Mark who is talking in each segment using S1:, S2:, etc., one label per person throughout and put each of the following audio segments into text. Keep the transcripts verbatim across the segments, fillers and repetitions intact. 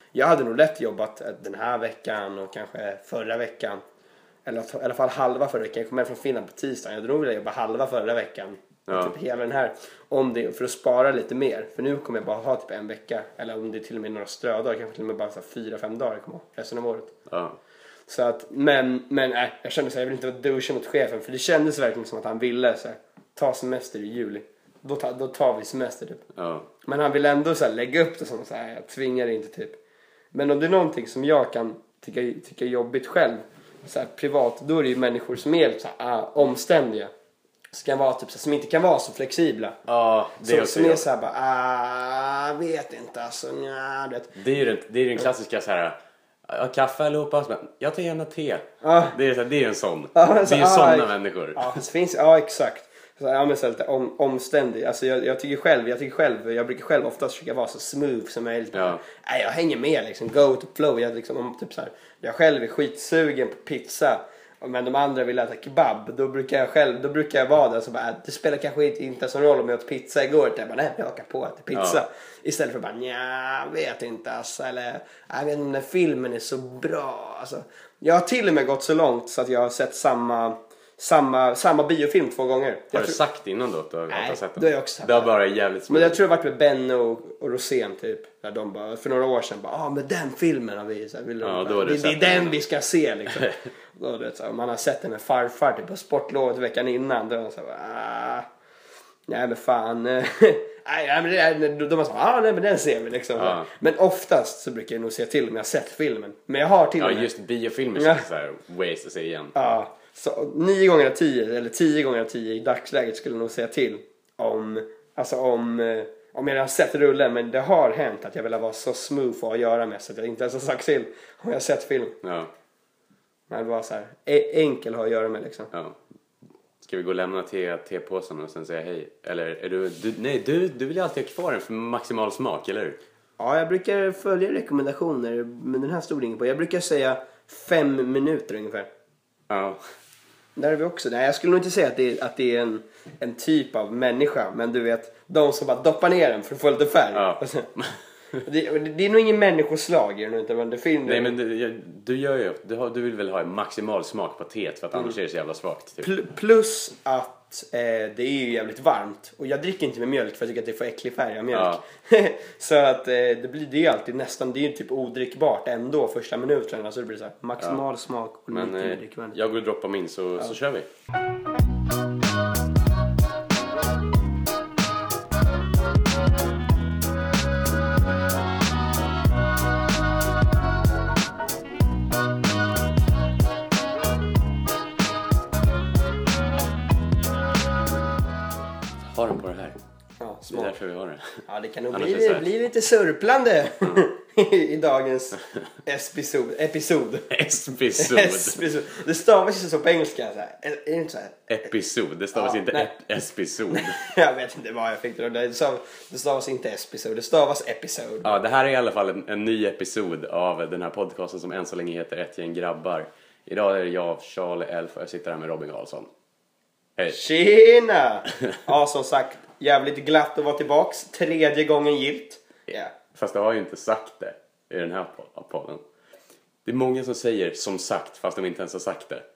S1: jag hade nog lätt jobbat den här veckan och kanske förra veckan. Eller i alla fall halva förra veckan. Jag kom hem från Finland på tisdagen. Jag hade nog velat jobba halva förra veckan. Ja. Typ hela den här. Om det, för att spara lite mer. För nu kommer jag bara ha typ en vecka. Eller om det är till och med några strödagar. Kanske till och med bara så fyra, fem dagar kommer resten av året.
S2: Ja.
S1: Så att, men, men äh, jag kände så här, jag vill inte vara douchen mot chefen. För det kändes verkligen som att han ville så här, ta semester i juli. Då, ta, då tar vi semester typ.
S2: Ja.
S1: Men han vill ändå så här, lägga upp det som så här, jag tvingar det inte typ. Men om det är någonting som jag kan tycka, tycka är jobbigt själv. Så här, privat, då är det ju människor som är så här, ah, omständiga. Som, kan vara, typ, så här, som inte kan vara så flexibla.
S2: Ja, det är
S1: som, som är så här bara, ah, vet inte alltså, nja, det.
S2: Det är ju den, det är den klassiska så här, ja, kaffe allihopa, men jag tar gärna te.
S1: Ah.
S2: Det är så här, det är en sån.
S1: Ah,
S2: det är ju
S1: ah,
S2: såna människor.
S1: Ja, det finns, ja exakt. Så, ja, men så lite om, omständig. Alltså jag, jag tycker själv, jag tycker själv, jag brukar själv oftast försöka vara så smooth som möjligt.
S2: Ja.
S1: Nej, jag hänger med liksom, go to flow. Jag liksom om typ så här, jag själv är skitsugen på pizza. Men de andra vill äta kebab. Då brukar jag själv, då brukar jag vara där så bara, det spelar kanske inte, inte så roll om jag åt pizza igår. Jag bara, nej, jag hakar på att äta pizza. Ja. Istället för bara, nja, vet inte alltså. Eller, jag vet inte om den filmen är så bra. Alltså, jag har till och med gått så långt så att jag har sett samma... Samma, samma biofilm två gånger.
S2: Har
S1: jag
S2: du
S1: tror...
S2: sagt innan då att du har,
S1: Nej,
S2: har sett den?
S1: Det har jag också.
S2: Det har bara jävligt små.
S1: Men jag tror det har varit med Ben och, och Rosén typ. Där de bara, för några år sedan bara, ah, men den filmen har vi så här, vill
S2: ja,
S1: de,
S2: då
S1: bara,
S2: det,
S1: det, det är den vi ska se liksom. Då, vet, så, man har sett den med farfar typ på sportlovet veckan innan. Då är de så här, ah, nej men fan. nej, men det, de har sagt, ah, nej men den ser vi liksom.
S2: Ja.
S1: Men oftast så brukar jag nog se till om jag har sett filmen. Men jag har till och med.
S2: Ja, just biofilmer känns så här waste att se igen.
S1: Ja. Så nio gånger av tio eller tio gånger av tio i dagsläget skulle jag nog säga till om, alltså om, om jag har sett rullen. Men det har hänt att jag vill vara så smooth att göra med så att jag inte ens har sagt till om jag har sett film.
S2: Ja.
S1: Men det var så här enkel att göra med liksom.
S2: Ja. Ska vi gå och lämna te, tepåsen och sen säga hej? Eller är du, du nej du, du vill ju alltid ha kvar den för maximal smak, eller hur?
S1: Ja, jag brukar följa rekommendationer. Men den här stod ingen på. Jag brukar säga fem minuter ungefär.
S2: Ja.
S1: Där är vi också. Nej, jag skulle nog inte säga att det är, att det är en, en typ av människa. Men du vet, de som bara doppar ner den för att få lite färg.
S2: Ja.
S1: det, det är nog ingen människoslag. Inte, men det finns,
S2: nej, men du, du gör ju, du, har, du vill väl ha en maximal smak på teet för att annars mm. är det så jävla svagt. Typ.
S1: Pl- plus att eh, det är ju jävligt varmt. Och jag dricker inte med mjölk för jag tycker att det får äcklig färg av mjölk. Ja. Så att eh, det blir det är ju alltid nästan, det är ju typ odrickbart ändå första minuten. Alltså det blir så här maximal ja. smak och
S2: men eh, jag går och droppar min så, ja. så kör vi. Har den på det här.
S1: Ja,
S2: det är därför vi har det.
S1: Ja, det kan nog bli, det bli lite surplande mm. i dagens episod. Episod.
S2: Episod.
S1: Episod. Det stavas ju så på engelska. Så här. Är det inte så här?
S2: Episod. Det stavas ja, inte ep- episod.
S1: Jag vet inte vad jag fick det. Det stavas, det stavas inte episod. Det stavas episod.
S2: Ja, det här är i alla fall en, en ny episod av den här podcasten som än så länge heter Ett gäng grabbar. Idag är det jag, Charlie Elf, och jag sitter här med Robin Karlsson. Hej.
S1: Tjena! Ja, som sagt, jävligt glatt att vara tillbaks. Tredje gången gilt.
S2: Yeah. Fast jag har ju inte sagt det i den här podden. Det är många som säger som sagt fast de inte ens har sagt det.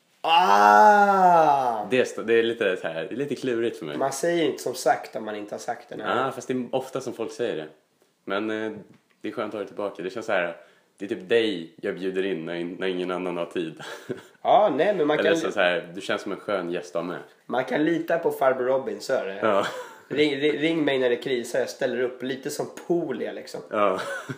S1: Ah!
S2: Det är, det är lite så här, det är lite klurigt för mig.
S1: Man säger inte som sagt om man inte har sagt det.
S2: Ja, ah, fast det är ofta som folk säger det. Men eh, det är skönt att ha det tillbaka. Det känns så här, det är typ dig jag bjuder in när, när ingen annan har tid.
S1: Ja, nej men man
S2: Eller
S1: kan...
S2: så, så här, du känns som en skön gäst av med.
S1: Man kan lita på farbror Robin, så är det.
S2: Ja.
S1: Ring, ring, ring mig när det krisar, jag ställer upp lite som Polia liksom.
S2: Ja.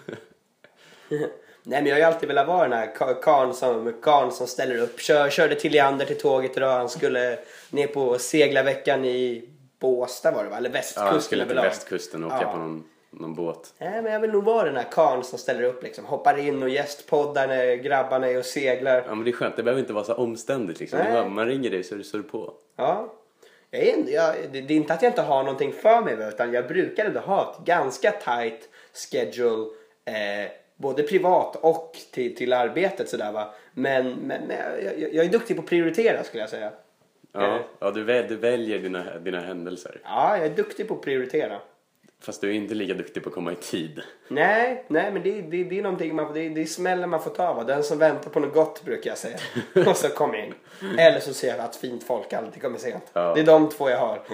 S1: Nej, men jag har ju alltid velat vara den här karn som, karn som ställer upp. Kör, körde till Leander till tåget idag. Han skulle ner på seglarveckan i Båstad var det va? Eller västkusten.
S2: Ja, han skulle till västkusten och åka ja. på någon, någon båt.
S1: Nej, men jag vill nog vara den här karn som ställer upp liksom. Hoppar in och gästpoddar när grabbarna är och seglar.
S2: Ja, men det är skönt. Det behöver inte vara så omständigt liksom. Bara, man ringer dig så är du, så är du på.
S1: Ja. Jag är, jag, det, det är inte att jag inte har någonting för mig, utan jag brukar ändå ha ett ganska tight schedule. Eh, både privat och till, till arbetet sådär va. Men, men, men jag, jag är duktig på att prioritera skulle jag säga.
S2: Ja, ja du, väl, du väljer dina, dina händelser.
S1: Ja, jag är duktig på att prioritera.
S2: Fast du är inte lika duktig på att komma i tid.
S1: Nej, nej men det, det, det är någonting man, det, det är smällen man får ta va. Den som väntar på något gott brukar jag säga. Och så kommer jag in. Eller så ser jag att fint folk alltid kommer sent.
S2: Ja.
S1: Det är de två jag har.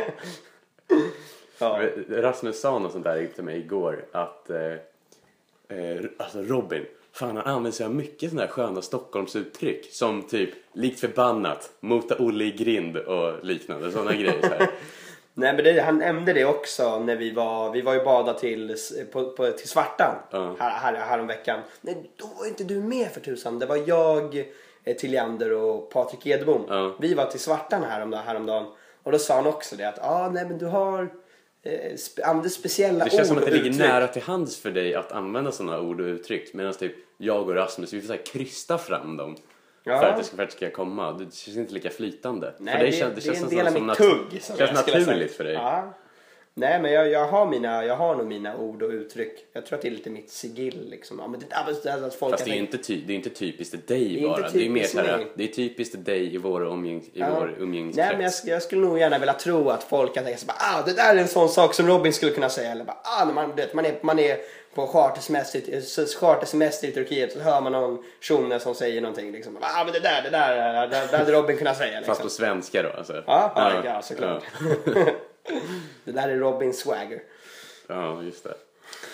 S2: Ja. Rasmus sa något sånt där till mig igår. Att eh, eh, alltså Robin, fan han använder sig av mycket sådana här sköna Stockholmsuttryck. Som typ likt förbannat, mota Olle i grind och liknande. Sådana grejer så här.
S1: Nej men det, han nämnde det också när vi var vi var ju bada till på, på till Svartan
S2: uh.
S1: här här här om veckan. Nej, då var inte du med för tusan. Det var jag, Tilliander och Patrik Edbom.
S2: Uh.
S1: Vi var till Svartan här om häromdagen och då sa han också det att ja ah, nej men du har eh, spe, använder speciella ord.
S2: Det känns som att det ligger
S1: uttryck.
S2: nära till hands för dig att använda sådana ord och uttryck, medan typ jag och Rasmus vi får så här krysta fram dem.
S1: Ja.
S2: För att det ska, för att det ska komma. Det känns inte lika flytande.
S1: Nej,
S2: för dig
S1: det,
S2: känns,
S1: det,
S2: det, känns
S1: är en del av
S2: som
S1: mitt
S2: nat-
S1: tugg. Som
S2: känns
S1: jag skulle
S2: naturligt
S1: säga.
S2: för dig.
S1: Ja. Nej men jag, jag, har mina, jag har nog mina ord och uttryck. Jag tror att det är lite mitt sigill liksom. Ja, men det, att folk
S2: Fast det är ju
S1: tänkt...
S2: inte, ty, det är inte typiskt dig
S1: Det är
S2: bara.
S1: inte
S2: Det är mer
S1: typiskt
S2: såhär,
S1: mig.
S2: det är typiskt dig i vår, omgäng, i
S1: Ja.
S2: vår umgängeskrets.
S1: Nej men jag, sk- jag skulle nog gärna vilja tro att folk kan tänka sig bara, ah det där är en sån sak som Robin skulle kunna säga. Eller bara, ah när man, vet, man, är, man är på chartersemester, chartersemester i Turkiet så hör man någon tjone som säger någonting liksom. Ah men det där, det där, det där hade Robin kunnat säga liksom.
S2: Fast på svenska då alltså.
S1: Ja, ja,
S2: Ja.
S1: ja såklart.
S2: Ja.
S1: Det där är Robins swagger.
S2: Ja, just det.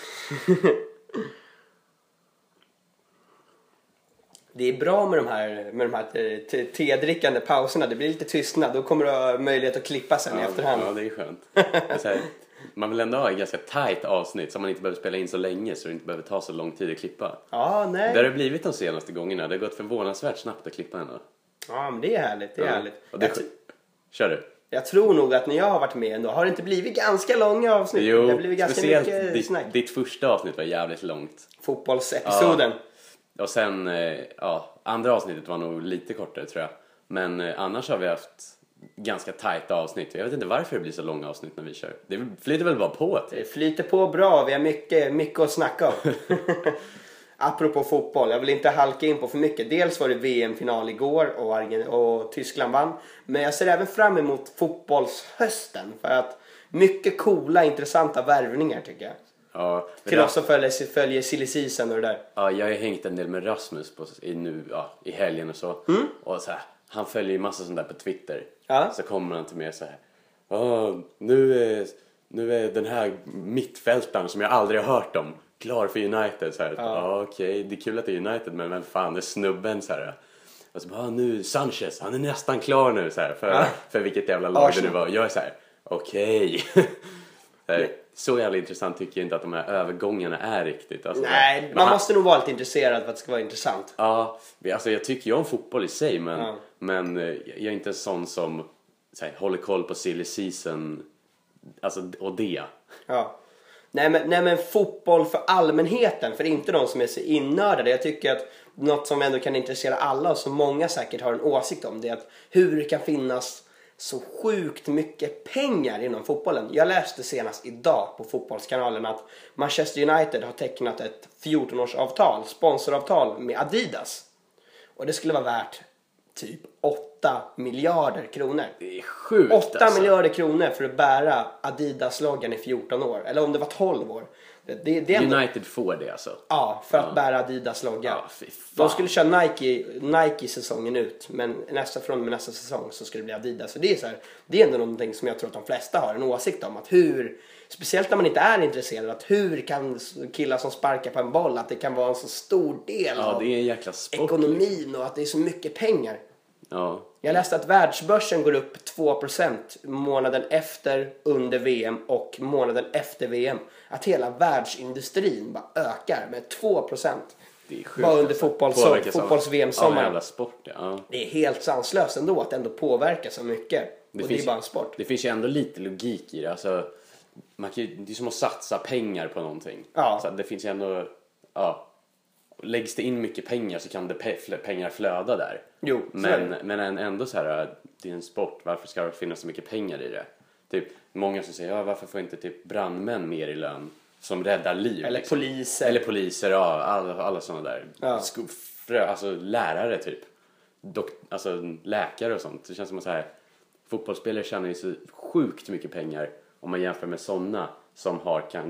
S1: Det är bra med de här, med de här te- tedrickande pauserna. Det blir lite tystnad. Då kommer du ha möjlighet att klippa sen i
S2: Ja,
S1: efterhand.
S2: ja, det är skönt. Det är så här, man vill ändå ha ett ganska tight avsnitt så man inte behöver spela in så länge så det inte behöver ta så lång tid att klippa.
S1: Ja, nej.
S2: Det har det blivit de senaste gångerna. Det har gått förvånansvärt snabbt att klippa henne.
S1: Ja, men det är härligt. Det är
S2: Ja.
S1: härligt.
S2: Och det,
S1: Jag, t-
S2: kör du.
S1: jag tror nog att när jag har varit med ändå har det inte blivit ganska långa avsnitt. det har
S2: Jo,
S1: blivit ganska
S2: speciellt
S1: mycket
S2: ditt,
S1: snack.
S2: ditt första avsnitt var jävligt långt.
S1: Fotbollsepisoden.
S2: Och sen, eh, ja, andra avsnittet var nog lite kortare tror jag. Men eh, annars har vi haft ganska tajta avsnitt. Jag vet inte varför det blir så långa avsnitt när vi kör. Det flyter väl bara på. Typ.
S1: Det flyter på bra. Vi har mycket, mycket att snacka om. Apropå fotboll, jag vill inte halka in på för mycket. Dels var det V M-final igår och, Argen- och Tyskland vann. Men jag ser även fram emot fotbollshösten. För att mycket coola, intressanta värvningar tycker jag.
S2: Ja,
S1: Till oss som följer, följer silly season och det där.
S2: Ja, jag har hängt en del med Rasmus på, i, nu, ja, i helgen och så.
S1: Mm.
S2: Och så här, han följer ju massa sånt där på Twitter.
S1: Ja.
S2: Så kommer han till mig så här. "Åh, nu, är, nu är den här mittfältaren som jag aldrig har hört om klar för United. Så här,
S1: Ja.
S2: ja, okej, det är kul att det är United, men vem fan är snubben så här. Och så bara, nu Sanchez, han är nästan klar nu så här, för,
S1: Ja.
S2: för vilket jävla lag
S1: Arsenal.
S2: det nu var. Jag är så här, okej. Så här, så jävla intressant tycker jag inte att de här övergångarna är riktigt. Alltså,
S1: Nej,
S2: men
S1: man
S2: han-
S1: måste nog vara lite intresserad för att det ska vara intressant.
S2: Ja, alltså jag tycker ju om fotboll i sig, men,
S1: Ja.
S2: men eh, jag är inte en sån som så här, håller koll på silly season, alltså, och det.
S1: Ja. Nej men, nej men fotboll för allmänheten, för inte de som är så innördade. Jag tycker att något som ändå kan intressera alla och som många säkert har en åsikt om, det är att hur det kan finnas så sjukt mycket pengar inom fotbollen. Jag läste senast idag på Fotbollskanalen att Manchester United har tecknat ett fjorton-årsavtal, sponsoravtal med Adidas. Och det skulle vara värt typ åtta miljarder kronor.
S2: Det är sjukt
S1: åtta
S2: alltså.
S1: miljarder kronor för att bära Adidas-loggan i fjorton år. Eller om det var tolv år. Det, det, det är ändå,
S2: United får det alltså.
S1: ja, för att
S2: Ja.
S1: bära Adidas-loggan.
S2: Ja, fy fan.
S1: De skulle köra Nike, Nike säsongen ut. Men nästa, från med nästa säsong så skulle det bli Adidas. Så det är, så här, det är ändå någonting som jag tror att de flesta har en åsikt om. Att hur, speciellt när man inte är intresserad. Att hur kan killar som sparkar på en boll, att det kan vara en så stor del
S2: Ja,
S1: av
S2: det är en jäkla sport.
S1: ekonomin och att det är så mycket pengar.
S2: Ja.
S1: Jag läste att världsbörsen går upp två procent månaden efter under V M och månaden efter V M. Att hela världsindustrin bara ökar med två procent.
S2: Det är sjukt.
S1: Bara under
S2: alltså.
S1: fotbolls-
S2: Påverkas av-
S1: fotbolls-V M
S2: av en
S1: sommaren.
S2: jävla sport, ja.
S1: Det är helt sanslöst ändå att ändå påverka så mycket.
S2: Det
S1: och
S2: finns
S1: det är bara en sport.
S2: Det finns ju ändå lite logik i det. Alltså, man kan ju, det är som att satsa pengar på någonting.
S1: Ja.
S2: Så att det finns ju ändå, ja, läggs det in mycket pengar så kan det pe- pengar flöda där.
S1: Jo, så är
S2: men,
S1: det.
S2: men ändå så här, det är en sport. Varför ska det finnas så mycket pengar i det? Typ, många som säger, ja, varför får inte typ brandmän mer i lön som räddar liv?
S1: Eller
S2: liksom?
S1: poliser.
S2: Eller poliser, ja, alla, alla sådana där.
S1: Ja.
S2: Sko- frö, alltså lärare typ. Dok- alltså läkare och sånt. Det känns som att så här, fotbollsspelare tjänar ju så sjukt mycket pengar om man jämför med sådana som har kan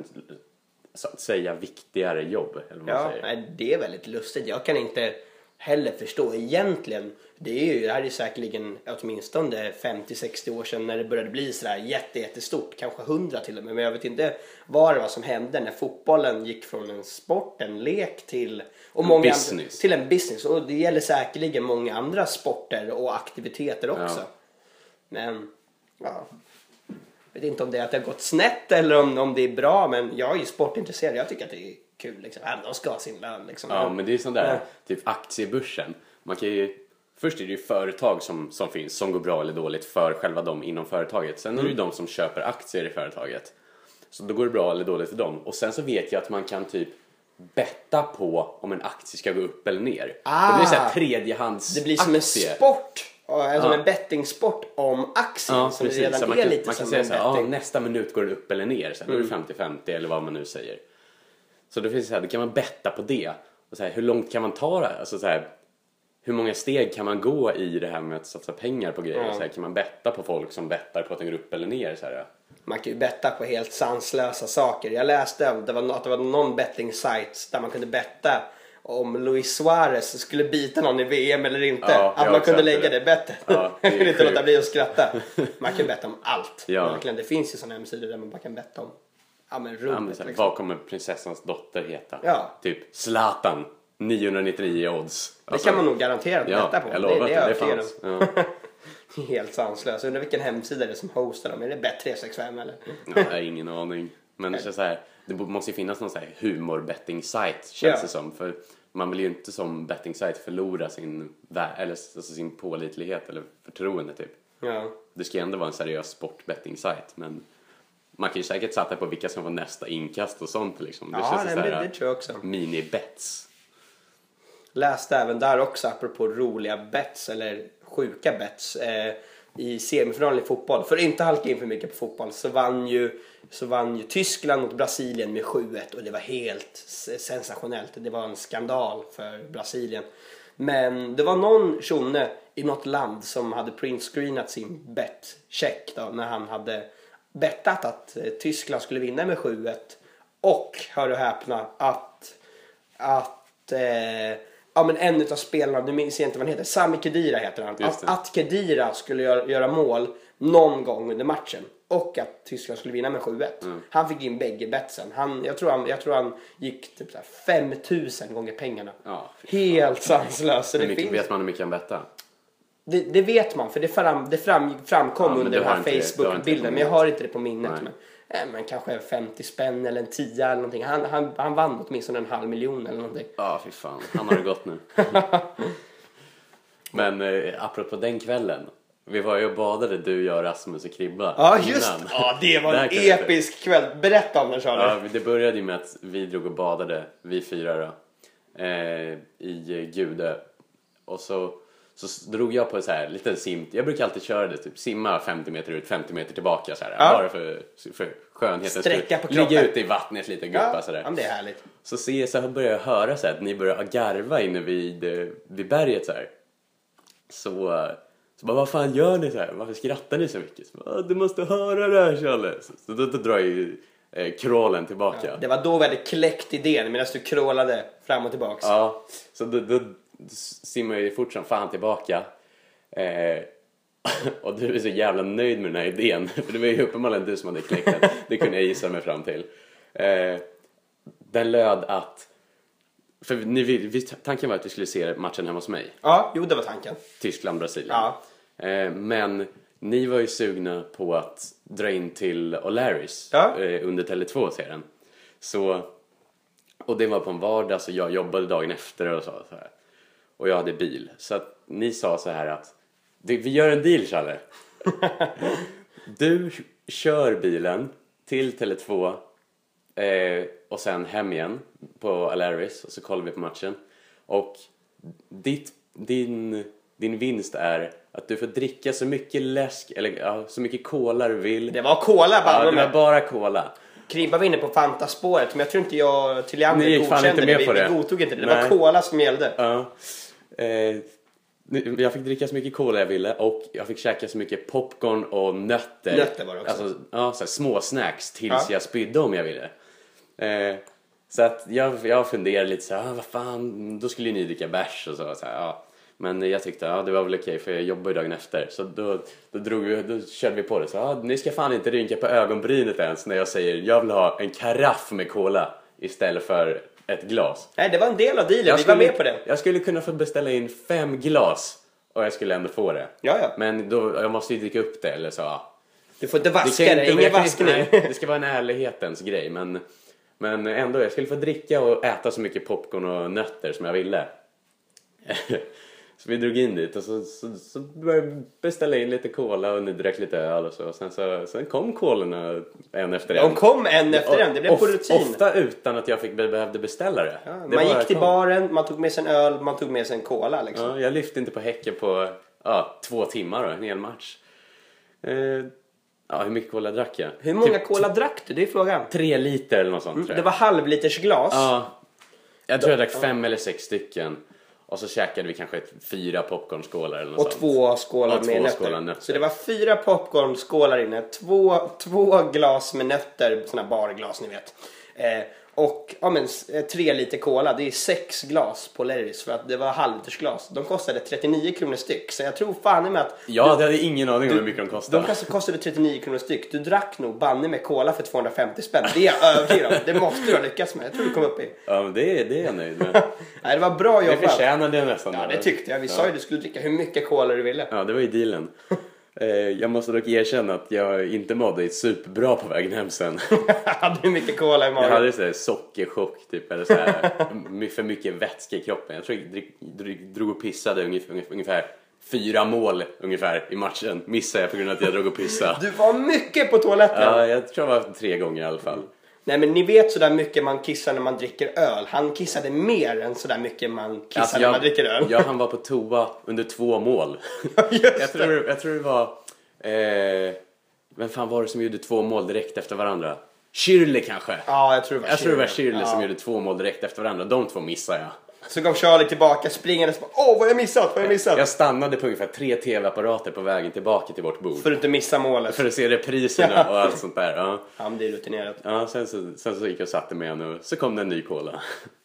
S2: så att säga viktigare jobb eller vad man
S1: Ja,
S2: säger.
S1: nej, det är väldigt lustigt. Jag kan inte heller förstå egentligen. Det är ju det här är säkerligen åtminstone femtio sextio år sedan när det började bli så där jätte jättestort, kanske hundra till och med, men jag vet inte vad det var som hände när fotbollen gick från en sport, en lek till och många
S2: business.
S1: Andra, till en business, och det gäller säkerligen många andra sporter och aktiviteter också.
S2: Ja.
S1: Men ja, jag vet inte om det är att det har gått snett eller om, om det är bra, men jag är ju sportintresserad. Jag tycker att det är kul liksom. Ja, de ska ha sin lön liksom.
S2: Ja, men det är sån där
S1: Ja.
S2: typ aktiebörsen. Man kan ju, först är det ju företag som, som finns som går bra eller dåligt för själva dem inom företaget. Sen är det ju de som köper aktier i företaget. Så då går det bra eller dåligt för dem. Och sen så vet jag att man kan typ betta på om en aktie ska gå upp eller ner.
S1: Ah.
S2: Det blir så här tredjehands
S1: Det blir som en
S2: aktie.
S1: sport, alltså
S2: Ja.
S1: en bettingsport om aktien,
S2: Ja,
S1: som
S2: precis.
S1: redan
S2: Så man
S1: är
S2: kan,
S1: lite
S2: man kan
S1: som
S2: säga
S1: en
S2: så här, ja,
S1: betting.
S2: nästa minut går det upp eller ner. Så här, då är det femtio femtio eller vad man nu säger. Så då finns det så här, då kan man betta på det. Och så här, hur långt kan man ta det? Alltså så här, hur många steg kan man gå i det här med att satsa pengar på grejer?
S1: Ja.
S2: Så här, kan man betta på folk som bettar på att den går upp eller ner? Så här,
S1: Man kan ju betta på helt sanslösa saker. Jag läste att det var, att det var någon betting site där man kunde betta om Luis Suarez skulle bita någon i V M eller inte.
S2: Ja,
S1: att
S2: jag
S1: man kunde
S2: har
S1: lägga
S2: sett
S1: det
S2: det.
S1: bettet.
S2: Ja, det
S1: Jag
S2: är
S1: kunde inte
S2: sjukt.
S1: låta bli att skratta. Man kan betta om allt.
S2: Ja.
S1: Verkligen. Det finns ju sådana hemsidor där man bara kan betta om ja, men
S2: ja,
S1: rubbet,
S2: men så här,
S1: liksom.
S2: vad kommer prinsessans dotter heta?
S1: Ja.
S2: Typ Zlatan, niohundranittionio odds.
S1: Det kan man nog garanterat
S2: Ja,
S1: betta på.
S2: jag lovar
S1: det, det,
S2: att
S1: är
S2: det,
S1: jag
S2: det
S1: övertygad om.
S2: fanns. Ja.
S1: Helt sanslöst. Undrar vilken hemsida det är som hostar dem. Är det Bet tre sextiofem eller?
S2: Ja, jag har ingen aning. Men det, känns så här, det måste ju finnas någon så här humor-betting-site, känns
S1: Ja.
S2: det som. För man vill ju inte som betting-site förlora sin, vä- eller, alltså sin pålitlighet eller förtroende typ.
S1: Ja.
S2: Det ska ju ändå vara en seriös sport-betting-site. Men man kan ju säkert sätta på vilka som får nästa inkast och sånt liksom. Det
S1: Ja,
S2: känns
S1: nej,
S2: så
S1: men
S2: här,
S1: det tror jag också.
S2: mini-bets.
S1: Läste även där också, apropå roliga bets eller sjuka bets, eh, i semifinalen i fotboll. För att inte halka in för mycket på fotboll så vann ju, så vann ju Tyskland mot Brasilien med sju ett och det var helt sensationellt. Det var en skandal för Brasilien. Men det var någon tjonne i något land som hade printscreenat sin bet-check då, när han hade bettat att eh, Tyskland skulle vinna med sju ett och, hör och häpna, att att eh, ja, men en utav spelarna, nu minns jag inte vad han heter, Sami Khedira heter han,
S2: Just
S1: att,
S2: det.
S1: att Khedira skulle göra, göra mål någon gång under matchen och att Tyskland skulle vinna med sju ett.
S2: Mm.
S1: Han fick in bägge betsen. Han, jag, tror han, jag tror han gick typ så här fem tusen gånger pengarna.
S2: Ja, fy fan.
S1: Helt sanslöst. Så
S2: Hur
S1: det,
S2: mycket
S1: finns,
S2: vet man hur mycket han bettar?
S1: det, det vet man, för det, fram, det fram, framkom
S2: Ja, men
S1: under
S2: du
S1: den
S2: har
S1: här
S2: inte det- du har inte det på
S1: Facebook-bilden. Men jag
S2: minnet.
S1: har inte det på minnet.
S2: Nej.
S1: Men, eh, men kanske femtio spänn eller en tia eller någonting. Han, han, han vann åtminstone en halv miljon eller någonting.
S2: Ja, fy fan. Han har det gott nu. Men eh, apropå den kvällen. Vi var ju och badade, du, jag, Rasmus och Kribba.
S1: Ja, just
S2: innan.
S1: ja, det var
S2: Det här
S1: en
S2: kan vi-
S1: episk kväll. Berätta om den, Charlie.
S2: Ja, det började ju med att vi drog och badade, vi fyra då, eh, i Gudö. Och så, så drog jag på så här liten sim. Jag brukar alltid köra det, typ simma femtio meter ut, femtio meter tillbaka så här.
S1: Ja.
S2: Bara för, för skönhetens
S1: Sträcka på
S2: Ligga
S1: kroppen.
S2: ute i vattnet lite, guppa
S1: Ja,
S2: så där.
S1: ja, men det är härligt.
S2: Så ser jag, så här börjar jag höra så här, att ni börjar garva inne vid, eh, vid berget så här. Så, eh, så bara, vad fan gör ni så här? Varför skrattar ni så mycket? Så bara, du måste höra det här, Challe. Så, så då, då drar jag ju eh, crawlen tillbaka.
S1: Det var då vi hade kläckt idén medan du crawlade fram och tillbaks.
S2: Ja, så då, då simmar jag ju fort som fan tillbaka. Eh, och du är så jävla nöjd med den här idén. För det var ju uppenbarligen du som hade kläckt den. Det kunde jag gissa mig fram till. Eh, den löd att... För ni, vi, tanken var att vi skulle se matchen hemma hos mig.
S1: Ja, jo, det var tanken.
S2: Tyskland-Brasilien.
S1: Ja.
S2: Eh, men ni var ju sugna på att dra in till O'Larrys
S1: Ja.
S2: eh, under Tele två-serien. Så, och det var på en vardag, så jag jobbade dagen efter och så, så här. Och jag hade bil. Så att ni sa så här att vi vi gör en deal, Challe. Du kör bilen till Tele två eh, och sen hem igen på O'Larrys och så kollar vi på matchen. Och ditt, din, din vinst är att du får dricka så mycket läsk eller ja, så mycket cola du vill.
S1: Det var cola
S2: Ja,
S1: bara
S2: det var
S1: med.
S2: bara cola.
S1: Kribba var inne på Fanta-spåret, men jag tror inte jag till Leander
S2: Ni gick fan
S1: godkände
S2: inte
S1: det.
S2: med
S1: Vi,
S2: på det.
S1: vi godtog inte det. Det
S2: Nej.
S1: var cola som gällde.
S2: Ja. Eh, Jag fick dricka så mycket cola jag ville och jag fick käka så mycket popcorn och nötter.
S1: Nötter var det också.
S2: Alltså, ja, så här, små snacks tills
S1: Ja.
S2: jag spydde om jag ville. Eh, så att jag, jag funderade lite så här, ah, vad fan, då skulle ju ni dricka bärs och så, så här, ja. Men jag tyckte, ja det var väl okej för jag jobbade dagen efter. Så då, då, drog vi, då körde vi på det. Så ah, ni ska fan inte rynka på ögonbrynet ens när jag säger jag vill ha en karaff med cola istället för ett glas.
S1: Nej, det var en del av dealen,
S2: Jag
S1: vi
S2: skulle,
S1: var med på det.
S2: Jag skulle kunna få beställa in fem glas och jag skulle ändå få det.
S1: Ja, ja.
S2: Men då, jag måste ju dricka upp det eller så. Ja.
S1: Du får inte
S2: Det
S1: vaska
S2: kan
S1: det,
S2: inte-
S1: ingen
S2: jag kan inte-
S1: vaskning.
S2: nej, det ska vara en ärlighetens grej. Men, men ändå, jag skulle få dricka och äta så mycket popcorn och nötter som jag ville. Så vi drog in dit och så, så, så började vi beställa in lite cola och ni drack lite öl och så. Sen, så, sen kom kolorna en efter en.
S1: De kom en efter en, det blev på
S2: Of-
S1: rutin.
S2: Ofta utan att jag fick, behövde beställa det.
S1: Ja,
S2: det
S1: man
S2: bara
S1: gick till
S2: kom.
S1: baren, man tog med sig en öl, man tog med sig en cola liksom.
S2: Ja, jag lyfte inte på Häcken på ja, två timmar då, en hel match. Eh, ja, hur mycket cola drack jag?
S1: Hur många
S2: Typ
S1: cola drack du? Det är frågan.
S2: Tre liter eller något sånt tror
S1: Det
S2: jag.
S1: var halvliters glas.
S2: Ja, jag tror jag drack fem eller sex stycken. Och så käkade vi kanske ett, fyra popcornskålar eller något
S1: Och
S2: sånt.
S1: två skålar
S2: Och
S1: med
S2: två
S1: nötter.
S2: skålar nötter.
S1: Så det var fyra popcornskålar inne, två, två glas med nötter, såna barglas ni vet. Eh, och ja, men, s- eh, tre liter cola, det är sex glas på Lerris för att det var halvlitersglas. De kostade trettionio kronor styck, så jag tror fan med att
S2: Ja, det hade ingen aning om hur mycket de kostade.
S1: de kostade, kostade trettionio kronor styck. Du drack nog banne med cola för tvåhundrafemtio spänn. Det är jag övertygad om. Det måste du ha lyckats med. Jag tror du kom upp i.
S2: Ja, men det, det är jag nöjd med.
S1: Nej, det var bra
S2: Det
S1: jobbat.
S2: förtjänade jag nästan.
S1: Ja, det tyckte jag. Vi sa ju att du skulle dricka hur mycket cola du ville.
S2: Ja, det var ju dealen. Eh, jag måste dock erkänna att jag inte mådde superbra på vägen hem sen.
S1: Hade du mycket cola i
S2: Jag
S1: magen?
S2: hade så här sockerchock typ, eller så här, my- för mycket vätska i kroppen. Jag tror jag drick, drick, drog och pissade ungefär, ungefär fyra mål ungefär i matchen. Missade jag på grund av att jag drog och pissade.
S1: Du var mycket på toaletten.
S2: Ja, jag tror det var tre gånger i alla fall.
S1: Nej, men ni vet sådär mycket man kissar när man dricker öl. Han kissade mer än sådär mycket man kissar
S2: Alltså,
S1: när man dricker öl.
S2: jag han var på toa under två mål.
S1: Just
S2: jag,
S1: det.
S2: tror, jag tror det var... Eh, vem fan var det som gjorde två mål direkt efter varandra? Shirley kanske?
S1: Ja, jag tror det var
S2: Jag tror det var Shirley
S1: Ja.
S2: som gjorde två mål direkt efter varandra. De två missade jag.
S1: Så kom Charlie tillbaka springande och bara, åh vad har jag missat, vad har jag missat?
S2: Jag stannade på ungefär tre tv-apparater på vägen tillbaka till vårt bord.
S1: För att inte missa målet.
S2: För att se repriserna och allt sånt där. Ja,
S1: Ja, men det är rutinerat.
S2: ja sen, så, sen så gick jag och satte mig igen och så kom det en ny cola.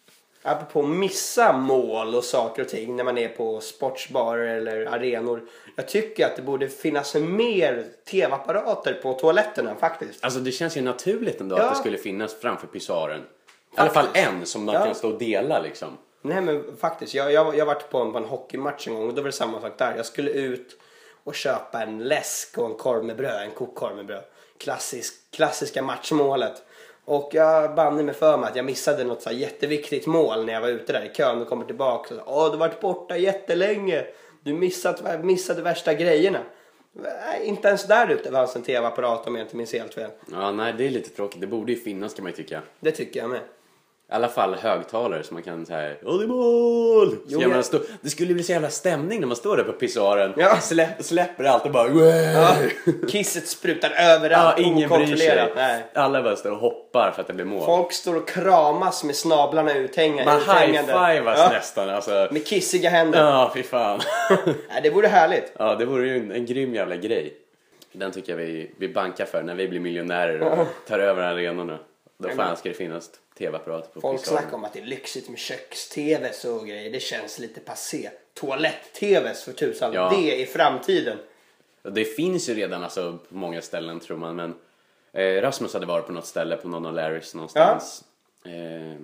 S1: Apropå missa mål och saker och ting när man är på sportsbarer eller arenor. Jag tycker att det borde finnas mer tv-apparater på toaletterna faktiskt.
S2: Alltså det känns ju naturligt ändå
S1: Ja.
S2: att det skulle finnas framför pissoaren. I alla fall en som man
S1: Ja.
S2: kan stå och dela liksom.
S1: Nej men faktiskt, jag, jag, jag har varit på en, på en hockeymatch en gång och då var det samma sak där. Jag skulle ut och köpa en läsk och en korv med bröd, en kokkorv med bröd. Klassisk, klassiska matchmålet. Och jag band mig för mig att jag missade något så här jätteviktigt mål när jag var ute där i kön och kommer tillbaka. Och så, åh, du har varit borta jättelänge. Du missat, missade värsta grejerna. Nej, inte ens där ute fanns en tv-apparat om jag inte minns helt fel.
S2: Ja, nej det är lite tråkigt. Det borde ju finnas kan man ju tycka.
S1: Det tycker jag med.
S2: I alla fall högtalare så man kan säga åh det är mål! Så
S1: Jo,
S2: kan man
S1: jag-
S2: stå, det skulle bli så jävla stämning när man står där på pissoaren.
S1: Ja.
S2: Släpp, släpper allt och bara
S1: Ja, kisset sprutar överallt,
S2: ja, ingen bryr sig.
S1: okontrollerat. Nej.
S2: Alla bara står och hoppar för att det blir mål.
S1: Folk står och kramas med snablarna uthänga,
S2: Man
S1: uthängande.
S2: high-fivas
S1: Ja,
S2: nästan alltså.
S1: med kissiga händer.
S2: Ja, fy fan.
S1: Nej, det vore härligt.
S2: Ja, det vore ju en, en grym jävla grej. Den tycker jag vi, vi bankar för när vi blir miljonärer och tar över arenorna. Då fan ska det finnas tv-apparater på
S1: Folk
S2: pissoaren.
S1: snackar om att det är lyxigt med köks-tvs och grejer. Det känns lite passé. Toalett-tvs för tusan.
S2: Ja.
S1: Det är framtiden.
S2: Det finns ju redan alltså, på många ställen tror man. Men eh, Rasmus hade varit på något ställe på någon av Larrys någonstans. Eh,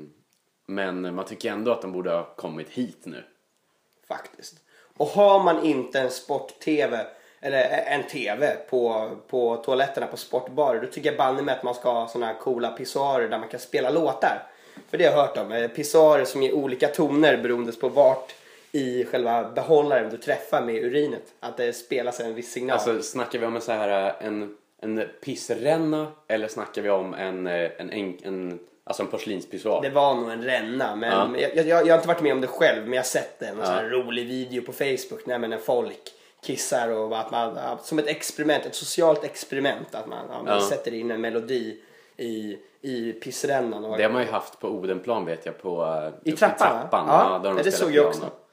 S2: men man tycker ändå att de borde ha kommit hit nu.
S1: Faktiskt. Och har man inte en sport-tv eller en tv på, på toaletterna på sportbarer, då tycker jag banne med att man ska ha såna här coola pissoarer där man kan spela låtar. För det har jag hört om. Eh, Pissoarer som ger olika toner beroende på vart i själva behållaren du träffar med urinet. Att det spelas en viss signal.
S2: Alltså snackar vi om en så här en, en pissränna eller snackar vi om en, en, en, en alltså en porslinspissoar?
S1: Det var nog en ränna, men
S2: Ja.
S1: jag, jag, jag har inte varit med om det själv, men jag har sett en
S2: Ja.
S1: sån här rolig video på Facebook när, men, när folk kissar och att man, som ett experiment, ett socialt experiment, att man, ja, man
S2: Ja.
S1: sätter in en melodi i, i pissrännan. Och,
S2: Det har man ju haft på Odenplan vet jag på
S1: I
S2: uppe
S1: trappan, va?
S2: trappan.
S1: Ja,
S2: där har de
S1: ja, det
S2: spelat
S1: såg jag
S2: piano.
S1: också.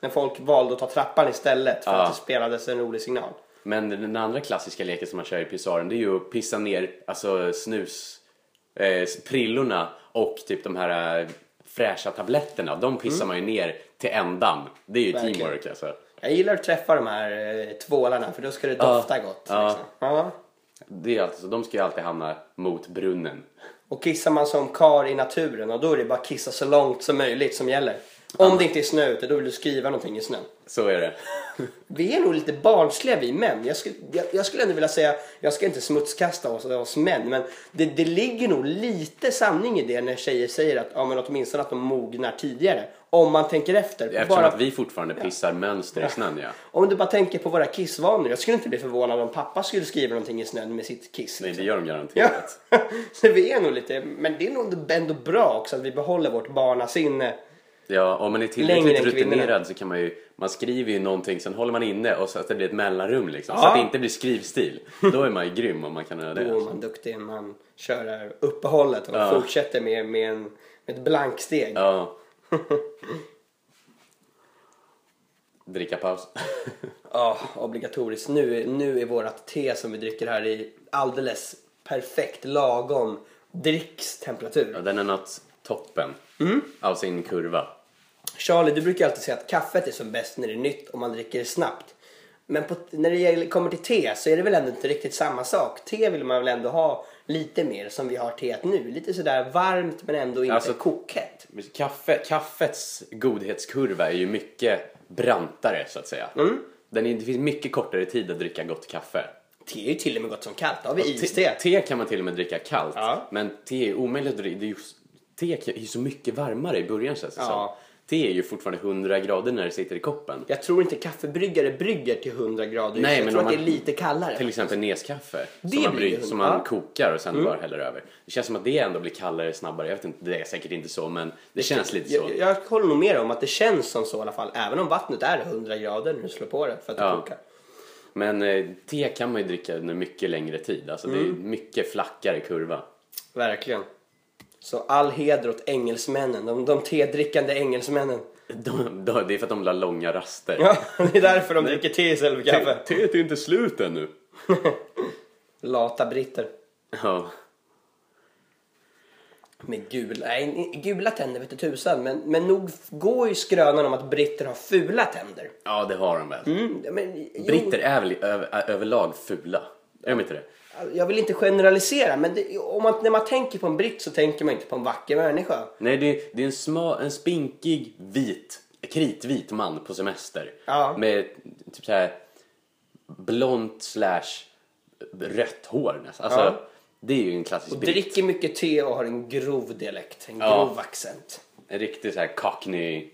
S1: när folk valde att ta trappan istället för
S2: Ja.
S1: att det spelades en rolig signal.
S2: Men den andra klassiska leken som man kör i pissoaren, det är ju att pissa ner alltså snus eh, prillorna och typ de här eh, fräscha tabletterna. De pissar man ju ner till ändan. Det är ju
S1: Verkligen.
S2: teamwork alltså.
S1: Jag gillar att träffa de här eh, tvålarna för då ska det dofta gott.
S2: Ja.
S1: Liksom. Ja.
S2: Det är alltså, de ska ju alltid hamna mot brunnen.
S1: Och kissar man som kar i naturen och då är det bara kissa så långt som möjligt som gäller. Om det inte är snö ute, då vill du skriva någonting i snön.
S2: Så är det.
S1: Vi är nog lite barnsliga vi män. Jag skulle, jag, jag skulle ändå vilja säga, jag ska inte smutskasta oss, oss män, men det, det ligger nog lite sanning i det när tjejer säger att ja, men åtminstone att de mognar tidigare. Om man tänker efter.
S2: Eftersom
S1: bara,
S2: att vi fortfarande pissar mönster i snön, ja.
S1: Om du bara tänker på våra kissvanor. Jag skulle inte bli förvånad om pappa skulle skriva någonting i snön med sitt kiss.
S2: Nej,
S1: Liksom.
S2: det gör de garanterat.
S1: Ja, så vi är nog lite, men det är nog ändå bra också att vi behåller vårt barnasinne.
S2: Ja, om man är
S1: Längre
S2: tillräckligt
S1: än kvinnorna.
S2: rutinerad så kan man ju, man skriver ju någonting, sen håller man inne och så att det blir ett mellanrum liksom.
S1: Ja.
S2: Så att det inte blir skrivstil. Då är man ju grym om man kan göra det.
S1: Då är man duktig, man kör där uppehållet och
S2: Ja.
S1: fortsätter med, med, en, med ett blanksteg.
S2: Ja. Dricka paus.
S1: Ja, obligatoriskt. Nu, nu är vårat te som vi dricker här i alldeles perfekt lagom drickstemperatur.
S2: Ja, den är något toppen av sin kurva.
S1: Charlie, du brukar alltid säga att kaffet är som bäst när det är nytt och man dricker det snabbt. Men på, när det gäller- kommer till te så är det väl ändå inte riktigt samma sak. Te vill man väl ändå ha lite mer som vi har teet nu. Lite sådär varmt men ändå inte
S2: Alltså-
S1: kokhett.
S2: Kaffe, kaffets godhetskurva är ju mycket brantare så att säga. Den är, det finns mycket kortare tid att dricka gott kaffe.
S1: Te är ju till och med gott som kallt. Då har vi
S2: Te,
S1: iste.
S2: te kan man till och med dricka kallt.
S1: Ja.
S2: Men te är omöjligt att dricka. Det är ju, te är ju så mycket varmare i början känns det
S1: Ja.
S2: som. Te är ju fortfarande hundra grader när det sitter i koppen.
S1: Jag tror inte kaffebryggare brygger till hundra grader.
S2: Nej,
S1: jag
S2: men
S1: tror
S2: om
S1: att
S2: man-
S1: det är lite kallare.
S2: Till exempel Neskaffe
S1: Det
S2: som man,
S1: blir
S2: bryr,
S1: ju-
S2: som man
S1: ja.
S2: kokar och sen bara häller över. Det känns som att det ändå blir kallare snabbare. Jag vet inte, det är säkert inte så, men det känns lite så.
S1: Jag, jag håller nog med om att det känns som så i alla fall. Även om vattnet är hundra grader när du slår på det för att det
S2: Ja.
S1: kokar.
S2: Men eh, te kan man ju dricka under mycket längre tid. Alltså det är
S1: Mm.
S2: mycket flackare kurva.
S1: Verkligen. Så all heder åt engelsmännen. De, de tedrickande engelsmännen.
S2: De, de, det är för att de har långa raster.
S1: Ja, det är därför de dricker te istället för kaffe.
S2: Te- Teet är inte slut ännu.
S1: Lata britter.
S2: Ja.
S1: Med gula, nej, gula tänder vet du tusan. Men, men nog går ju skrönan om att britter har fula tänder.
S2: ja, det har de väl.
S1: Mm, men, jo,
S2: Britter är väl över, överlag fula. Är de inte det?
S1: Jag vill inte generalisera, men det, om man, när man tänker på en britt så tänker man inte på en vacker människa.
S2: Nej, det, det är en, sma, en spinkig, vit, kritvit man på semester.
S1: Ja.
S2: Med typ så här blont slash rött hår nästan. Alltså,
S1: Ja.
S2: det är ju en klassisk
S1: Och
S2: britt.
S1: dricker mycket te och har en grov dialekt, en
S2: Ja.
S1: grov accent.
S2: En riktig så här cockney.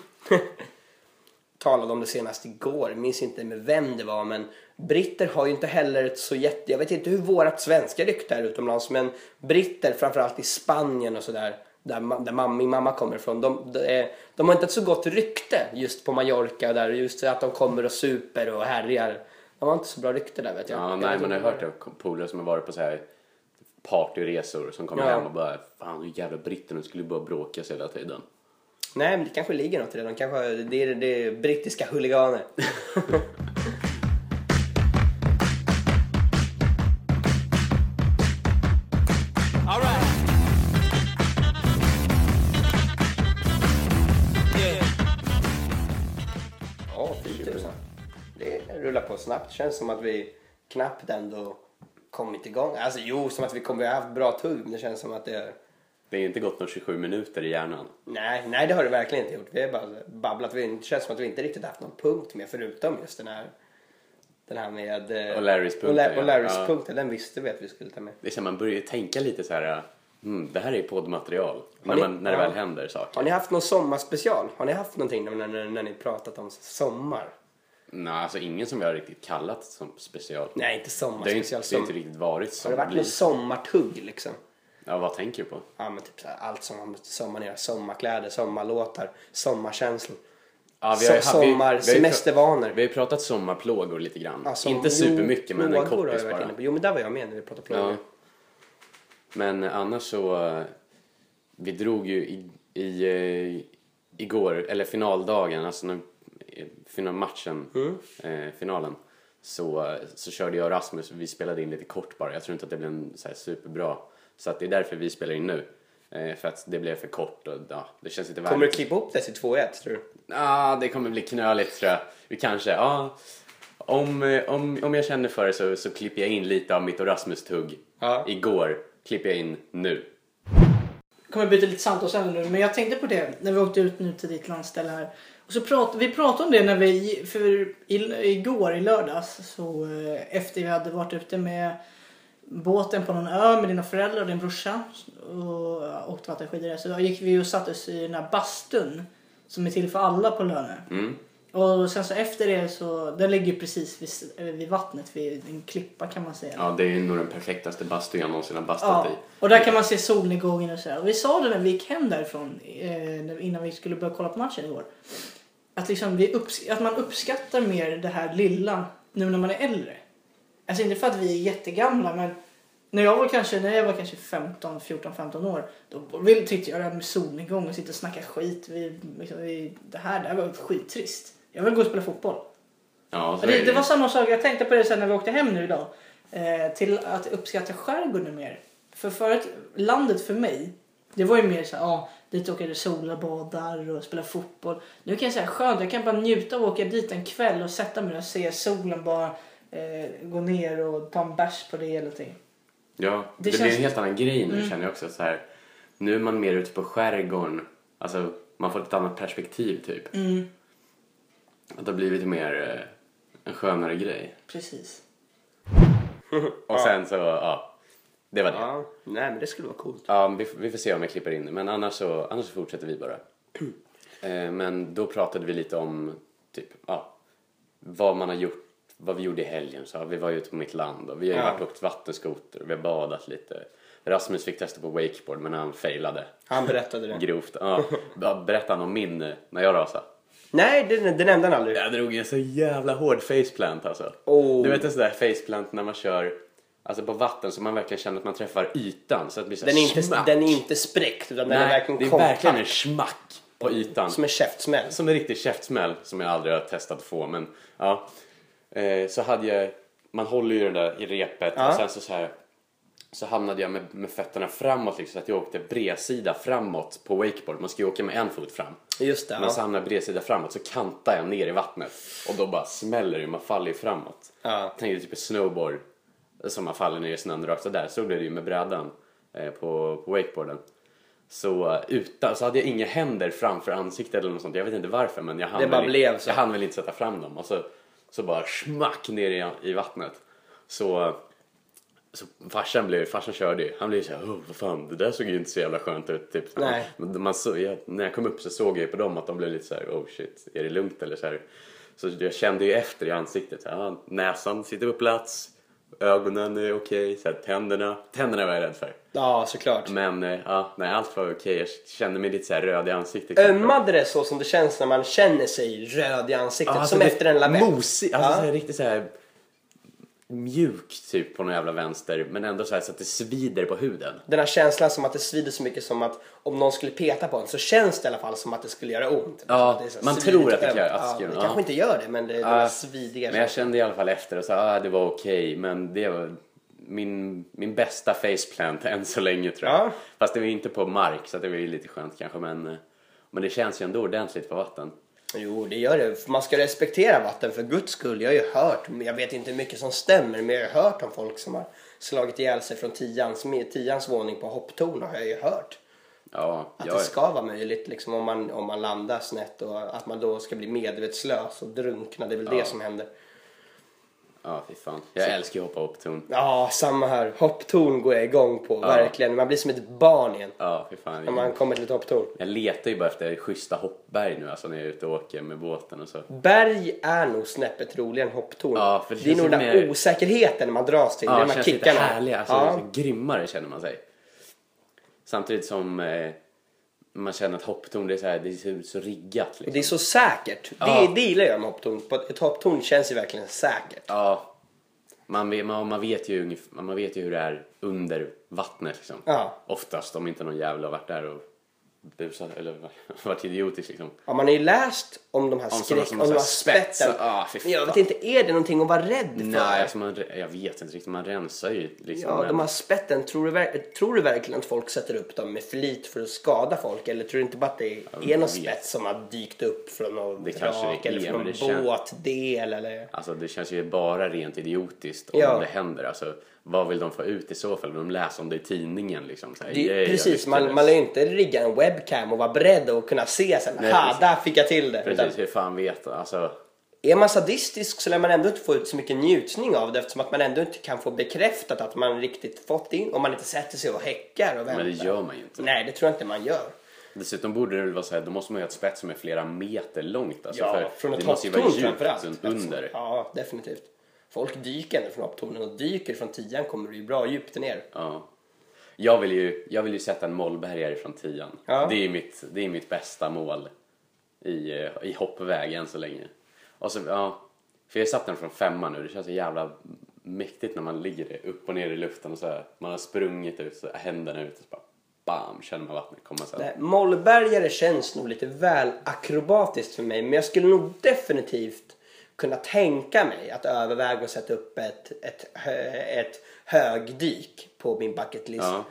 S1: Talade om det senast igår, jag minns inte med vem det var, men britter har ju inte heller ett så jätte... Jag vet inte hur vårat svenska rykte är utomlands, men britter, framförallt i Spanien och sådär, där, ma- där mamma, min mamma kommer ifrån, de, de, är- de har inte ett så gott rykte just på Mallorca, där just att de kommer och super och härjar. De har inte så bra rykte där, vet jag.
S2: Ja,
S1: jag
S2: nej,
S1: vet
S2: man har
S1: inte
S2: hört
S1: vad
S2: av polare som har varit på så här partyresor som kommer
S1: Ja.
S2: hem och bara fan hur jävla britterna skulle bara bråka sig hela tiden.
S1: Nej, men det kanske ligger något i det. De kanske, det, är, det är brittiska huliganer.
S3: All right. Yeah.
S1: Ja, fy tusan. Det rullar på snabbt. Känns som att vi knappt ändå kommit igång. Alltså jo, som att vi kommer ha haft bra tugg. Men det känns som att det är...
S2: Det är inte gått några tjugosju minuter i hjärnan.
S1: Nej, nej, det har det verkligen inte gjort. Vi har bara babblat. Det känns som att vi inte riktigt haft någon punkt med förutom just den här... Den här med... eh,
S2: Och Larrys punkten,
S1: Och, La- och Larrys
S2: ja.
S1: punkten, den visste vi att vi skulle ta med.
S2: Det är så här, man börjar ju tänka lite så här. Mm, det här är poddmaterial. När,
S1: ni-
S2: man, när det
S1: ja.
S2: väl händer saker.
S1: Har ni haft någon sommarspecial? Har ni haft någonting när, när, när ni pratat om sommar?
S2: Nej, alltså ingen som jag har riktigt kallat som special.
S1: Nej, inte
S2: Det har ju inte,
S1: sommarspecial.
S2: det har
S1: Som...
S2: inte riktigt varit
S1: Har
S2: som
S1: det varit
S2: blir.
S1: någon sommartugg liksom?
S2: Ja, vad tänker du på?
S1: Ja, men typ så här, allt som har med sommaren att göra. Sommarkläder, sommarlåtar, sommarkänslor.
S2: Ja,
S1: So-
S2: haft-
S1: sommar,
S2: vi, vi, har ju
S1: semestervanor.
S2: pra- vi har ju pratat sommarplågor lite grann.
S1: Ja, som-
S2: inte supermycket, men en
S1: plågor har
S2: kortis
S1: jag varit
S2: bara.
S1: inne på. Jo, men där var jag med när vi pratade plågor.
S2: Ja. Men annars så eh, vi drog ju i, i, eh, igår, eller finaldagen, alltså när, final matchen, mm. eh, finalen, så, så körde jag och Rasmus, vi spelade in lite kort bara. Jag tror inte att det blev en så här superbra. Så att det är därför vi spelar in nu. Eh, för att det blev för kort och ja, det känns inte värdigt.
S1: Kommer du klippa upp det till två ett, tror du?
S2: Ja, ah, det kommer bli knöligt tror jag. Vi kanske, ja. Ah, om, om, om jag känner för det så, så klipper jag in lite av mitt och Rasmus tugg. Ja. Igår klipper jag in nu.
S4: Kommer byta lite samtalsämne nu, men jag tänkte på det när vi åkte ut nu till ditt landställe här. Och så prat, vi pratade om det när vi, för i, igår i lördags, så eh, efter vi hade varit ute med båten på någon ö med dina föräldrar och din brorsa och åkte vattenskidor, så då gick vi och satte oss i den här bastun som är till för alla på Lönö. Mm. Och sen så efter det så, den ligger precis vid, vid vattnet, vid en klippa kan man säga.
S2: Ja, det är nog den perfektaste bastun jag någonsin har bastat
S4: ja.
S2: i.
S4: Och där kan man se solnedgången och så här. Och vi sa det när vi gick hem därifrån eh, innan vi skulle börja kolla på matchen igår. Att, liksom vi upps- att man uppskattar mer det här lilla nu när man är äldre. Alltså inte för att vi är jättegamla, men när jag var kanske, när jag var kanske femton, fjorton, femton år, då vill, tyckte jag det här med solnedgång och sitta och snacka skit. Vi, liksom, vi, det, här, det här var skittrist. Jag vill gå och spela fotboll.
S2: Ja, så
S4: det,
S2: det.
S4: det var samma sak, jag tänkte på det sen när vi åkte hem nu idag. Eh, till att uppskatta skärgården mer. För förut, landet för mig, det var ju mer så här, ja, dit åker det sola, badar och spela fotboll. Nu kan jag säga skönt, jag kan bara njuta av att åka dit en kväll och sätta mig och se solen bara eh, gå ner och ta en bärs på det eller någonting.
S2: Ja, det, det känns... blir en helt annan grej nu, mm. känner jag också så här. Nu är man mer ute på skärgården. Alltså, man får ett annat perspektiv typ.
S4: Mm.
S2: Att det har blivit mer eh, en skönare grej.
S4: Precis.
S2: Och sen så, ja, det var det.
S1: Ja, nej men det skulle vara coolt.
S2: Ja, vi, vi får se om jag klipper in det. Men annars så, annars så fortsätter vi bara. eh, men då pratade vi lite om typ, ja, vad man har gjort. Vad vi gjorde i helgen. Så vi var ute på mitt land och vi har ju ja. varit åkt vattenskoter. Vi har badat lite. Rasmus fick testa på wakeboard men han failade.
S1: Han berättade det.
S2: Grovt. Ja, berättade han om min när jag rasade.
S1: Nej, det, det nämnde han aldrig.
S2: Jag drog en så jävla hård faceplant alltså.
S1: Oh.
S2: Du vet en sån där faceplant när man kör alltså på vatten så man verkligen känner att man träffar ytan. Så att det blir så
S1: den, är inte,
S2: smack.
S1: den är inte spräckt utan
S2: Nej,
S1: den är verkligen
S2: det är
S1: kompakt.
S2: verkligen en smack på ytan.
S1: Som en käftsmäll.
S2: Som en riktig käftsmäll som jag aldrig har testat att få. Men ja, eh, så hade jag, man håller ju den där i repet ja. och sen så så här. Så hamnade jag med, med fötterna framåt liksom, så att jag åkte bredsida framåt på wakeboard. Man ska ju åka med en fot fram.
S1: Just det.
S2: Men ja. så hamnar jag bredsida framåt så kantar jag ner i vattnet. Och då bara smäller det, man faller ju framåt.
S1: Ja.
S2: Tänkte typ ett snowboard som man faller ner i snön rakt så där. Så blev det ju med brädan eh, på, på wakeboarden. Så, utan, så hade jag inga händer framför ansiktet eller något sånt. Jag vet inte varför men jag hann,
S1: det bara
S2: väl,
S1: blev så.
S2: jag hann väl inte sätta fram dem. Och så, så bara smack ner i, i vattnet. Så... Så farsan, blev, farsan körde ju. Han blev så här, oh, vad fan, det där såg ju inte så jävla skönt ut typ.
S1: Nej.
S2: Man, man så, jag, när jag kom upp så såg jag på dem att de blev lite så här, oh shit, är det lugnt eller så här. Så jag kände ju efter i ansiktet så här, ah, näsan sitter på plats, ögonen är okej, så här, tänderna, tänderna var jag rädd för.
S1: Ja, såklart.
S2: Men ja, nej, allt var okej. Jag kände mig lite så här röd i ansiktet.
S1: Ömmade det så som det känns när man känner sig röd i ansiktet,
S2: ah, alltså
S1: som efter en lavett?
S2: Mosig, alltså
S1: ja.
S2: så här, riktigt så här mjuk typ på någon jävla vänster, men ändå så här så att det svider på huden.
S1: Den här känslan som att det svider så mycket som att om någon skulle peta på en så känns det i alla fall som att det skulle göra ont.
S2: Ja, man tror att det gör
S1: att
S2: det.
S1: Ja, det
S2: ja.
S1: kanske inte gör det, men det är
S2: ja,
S1: den svidiga.
S2: Men jag kände i alla fall efter och sa att ah, det var okej, men det var min, min bästa faceplant än så länge tror jag. Ja. Fast det var inte på mark så det var ju lite skönt kanske, men, men det känns ju ändå ordentligt på vatten.
S1: Jo, det gör det. Man ska respektera vatten för guds skull. Jag har ju hört, jag vet inte hur mycket som stämmer, men jag har hört om folk som har slagit ihjäl sig från tians, tians våning på hopptorn, har jag ju hört.
S2: Ja,
S1: att
S2: jag...
S1: det ska vara möjligt liksom, om, man, om man landar snett och att man då ska bli medvetslös och drunkna. Det är väl ja. det som händer.
S2: Ja, fy fan. Jag så. älskar ju hoppa hopptorn.
S1: Ja, samma här. Hopptorn går jag igång på, ja. verkligen. Man blir som ett barn igen.
S2: Ja, fy fan.
S1: När man kommer till ett hopptorn.
S2: Jag letar ju bara efter schyssta hoppberg nu, alltså när jag är ute och åker med båten och så.
S1: Berg är nog snäppet roligare än hopptorn.
S2: Ja, för det,
S1: det är nog den
S2: mer...
S1: osäkerheten man dras till.
S2: Ja,
S1: det
S2: det känns
S1: kickarna.
S2: lite härliga, alltså
S1: ja.
S2: grymmare känner man sig. Samtidigt som... Eh... man känner att hopptorn det är så här, det är så, så riggat liksom.
S1: Och det är så säkert.
S2: Ja.
S1: Det, det gillar jag med hopptorn. Ett hopptorn känns ju verkligen säkert.
S2: Ja. Man vet, man, man, vet ju, man vet ju hur det är under vattnet liksom.
S1: Ja.
S2: Oftast, om inte någon jävla har varit där och busat eller varit idiotisk liksom.
S1: Ja, man har ju läst om de här
S2: Om
S1: skräck,
S2: sådana
S1: om
S2: som
S1: de
S2: har
S1: här
S2: spets.
S1: spetten.
S2: Ah, fy
S1: Men jag vet
S2: fan.
S1: inte, är det någonting att vara rädd för?
S2: Nej, alltså man, jag vet inte riktigt. Man rensar ju liksom.
S1: Ja,
S2: men-
S1: de här spetten, tror du, ver- tror du verkligen att folk sätter upp dem med flit för att skada folk? Eller tror du inte bara att det är någon
S2: vet.
S1: spets som har dykt upp från någon
S2: Det kanske
S1: vrak
S2: det är,
S1: eller från
S2: men
S1: någon
S2: det känns-
S1: båtdel eller...
S2: Alltså det känns ju bara rent idiotiskt om
S1: Ja.
S2: det händer. Alltså, vad vill de få ut i så fall? De läser om det i tidningen liksom. Så här,
S1: Det,
S2: "Yay, jag
S1: precis, man,
S2: lyckades."
S1: man lär ju inte rigga en webcam och vara beredd och kunna se sen,
S2: Nej,
S1: ha,
S2: precis.
S1: där fick jag till det.
S2: Precis,
S1: Utan,
S2: hur fan vet jag? Alltså,
S1: är man sadistisk så lär man ändå inte få ut så mycket njutning av det, eftersom att man ändå inte kan få bekräftat att man riktigt fått in, om man inte sätter sig och häckar och väntar.
S2: men det gör man ju inte.
S1: Nej, det tror jag inte man gör.
S2: Dessutom borde det väl vara så här, då måste man ju ha ett spets som är flera meter långt. Alltså,
S1: Ja,
S2: för
S1: från ett
S2: det måste ju vara
S1: hopptorn
S2: djupt
S1: framförallt.
S2: under.
S1: Ja, definitivt. Folk dyker ändå från hopptornen, och dyker från tian kommer det ju bra djupt ner.
S2: Ja. Jag vill ju, jag vill ju sätta en mollbergare från tian.
S1: Ja.
S2: Det är mitt, det är mitt bästa mål i, eh, i hoppväg än så länge. Och så, ja, för jag satt den från femman nu. Det känns så jävla mäktigt när man ligger upp och ner i luften och så här. Man har sprungit ut, så händerna ut och så bara bam, känner man vattnet komma sen.
S1: Nej, mollbergare känns nog lite väl akrobatiskt för mig, men jag skulle nog definitivt kunna tänka mig att överväga att sätta upp ett, ett, hö- ett högdyk på min bucketlist.
S2: Ja.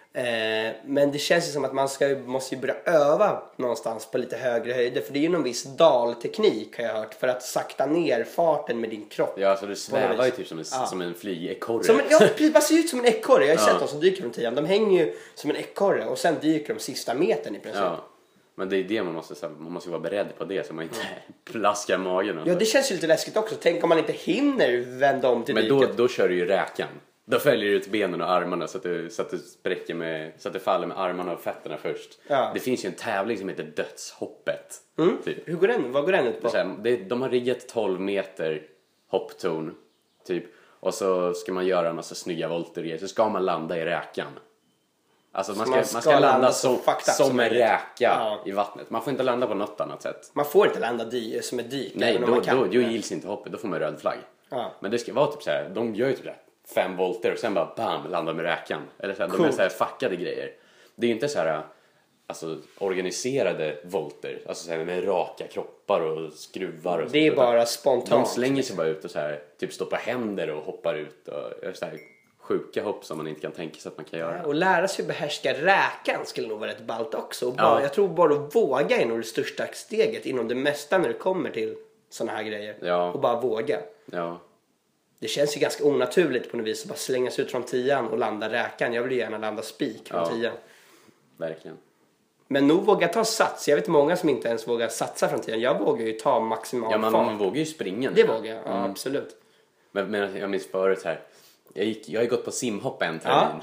S1: Eh, men det känns ju som att man ska, måste ju börja öva någonstans på lite högre höjder, för det är ju någon viss dalteknik har jag hört, för att sakta ner farten med din kropp.
S2: Ja, alltså du svävar ju typ som en,
S1: Ja.
S2: som en flygekorre.
S1: Som en, ja, precis, man ser ut som en ekorre. Jag har ju
S2: Ja.
S1: sett dem som dyker från tian. De hänger ju som en ekorre och sen dyker de sista metern i princip.
S2: Ja. Men det är det man måste, så här, man måste ju vara beredd på det så man inte plaskar magen. och
S1: Ja,
S2: så.
S1: det känns ju lite läskigt också. Tänk om man inte hinner vända om till
S2: Men då,
S1: diket.
S2: då kör du ju räkan. Då följer du ut benen och armarna så att du, så att du spräcker med, så att du faller med armarna och fötterna först.
S1: Ja.
S2: Det finns ju en tävling som heter Dödshoppet.
S1: Mm.
S2: Typ.
S1: Hur går den? Vad går den ut
S2: Det är
S1: på?
S2: så här, det, de har riggat tolv meter hopptorn typ. Och så ska man göra en massa snygga volter och grejer. Så ska man landa i räkan. Alltså man ska, man ska, landa som,
S1: fucked up
S2: som
S1: som
S2: en
S1: möjligt.
S2: räka
S1: Ja.
S2: i vattnet. Man får inte landa på något annat sätt.
S1: Man får inte landa dy- som ett dyk.
S2: Nej,
S1: även om
S2: då,
S1: man kan.
S2: då, då gills inte hoppet. Då får man röd flagg.
S1: Ja.
S2: Men det ska vara typ så här. De gör ju typ så här fem volter och sen bara bam, landar med räkan. Eller så här, de är
S1: Coolt.
S2: så här fuckade grejer. Det är ju inte så här alltså, organiserade volter. Alltså så här, med raka kroppar och skruvar. Och
S1: Det är
S2: sånt.
S1: bara
S2: De
S1: spontant.
S2: slänger sig bara ut och så här, typ stoppar händer och hoppar ut. Och gör så här sjuka hopp som man inte kan tänka sig att man kan göra.
S1: Och lära sig behärska räkan skulle nog vara rätt ballt också. Och bara,
S2: Ja.
S1: Jag tror bara att våga är nog det största steget inom det mesta när det kommer till såna här grejer.
S2: Ja.
S1: Och bara våga.
S2: Ja.
S1: Det känns ju ganska onaturligt på något vis att bara slänga sig ut från tian och landa räkan. Jag vill ju gärna landa spik från
S2: Ja.
S1: tian.
S2: Verkligen.
S1: Men nog våga ta sats. Jag vet många som inte ens vågar satsa från tian. Jag vågar ju ta maximal
S2: Ja, man,
S1: fart.
S2: man vågar ju springa.
S1: Det vågar jag, ja, absolut.
S2: Men, men jag minns förut här. Jag, gick, jag har ju gått på simhopp en termin.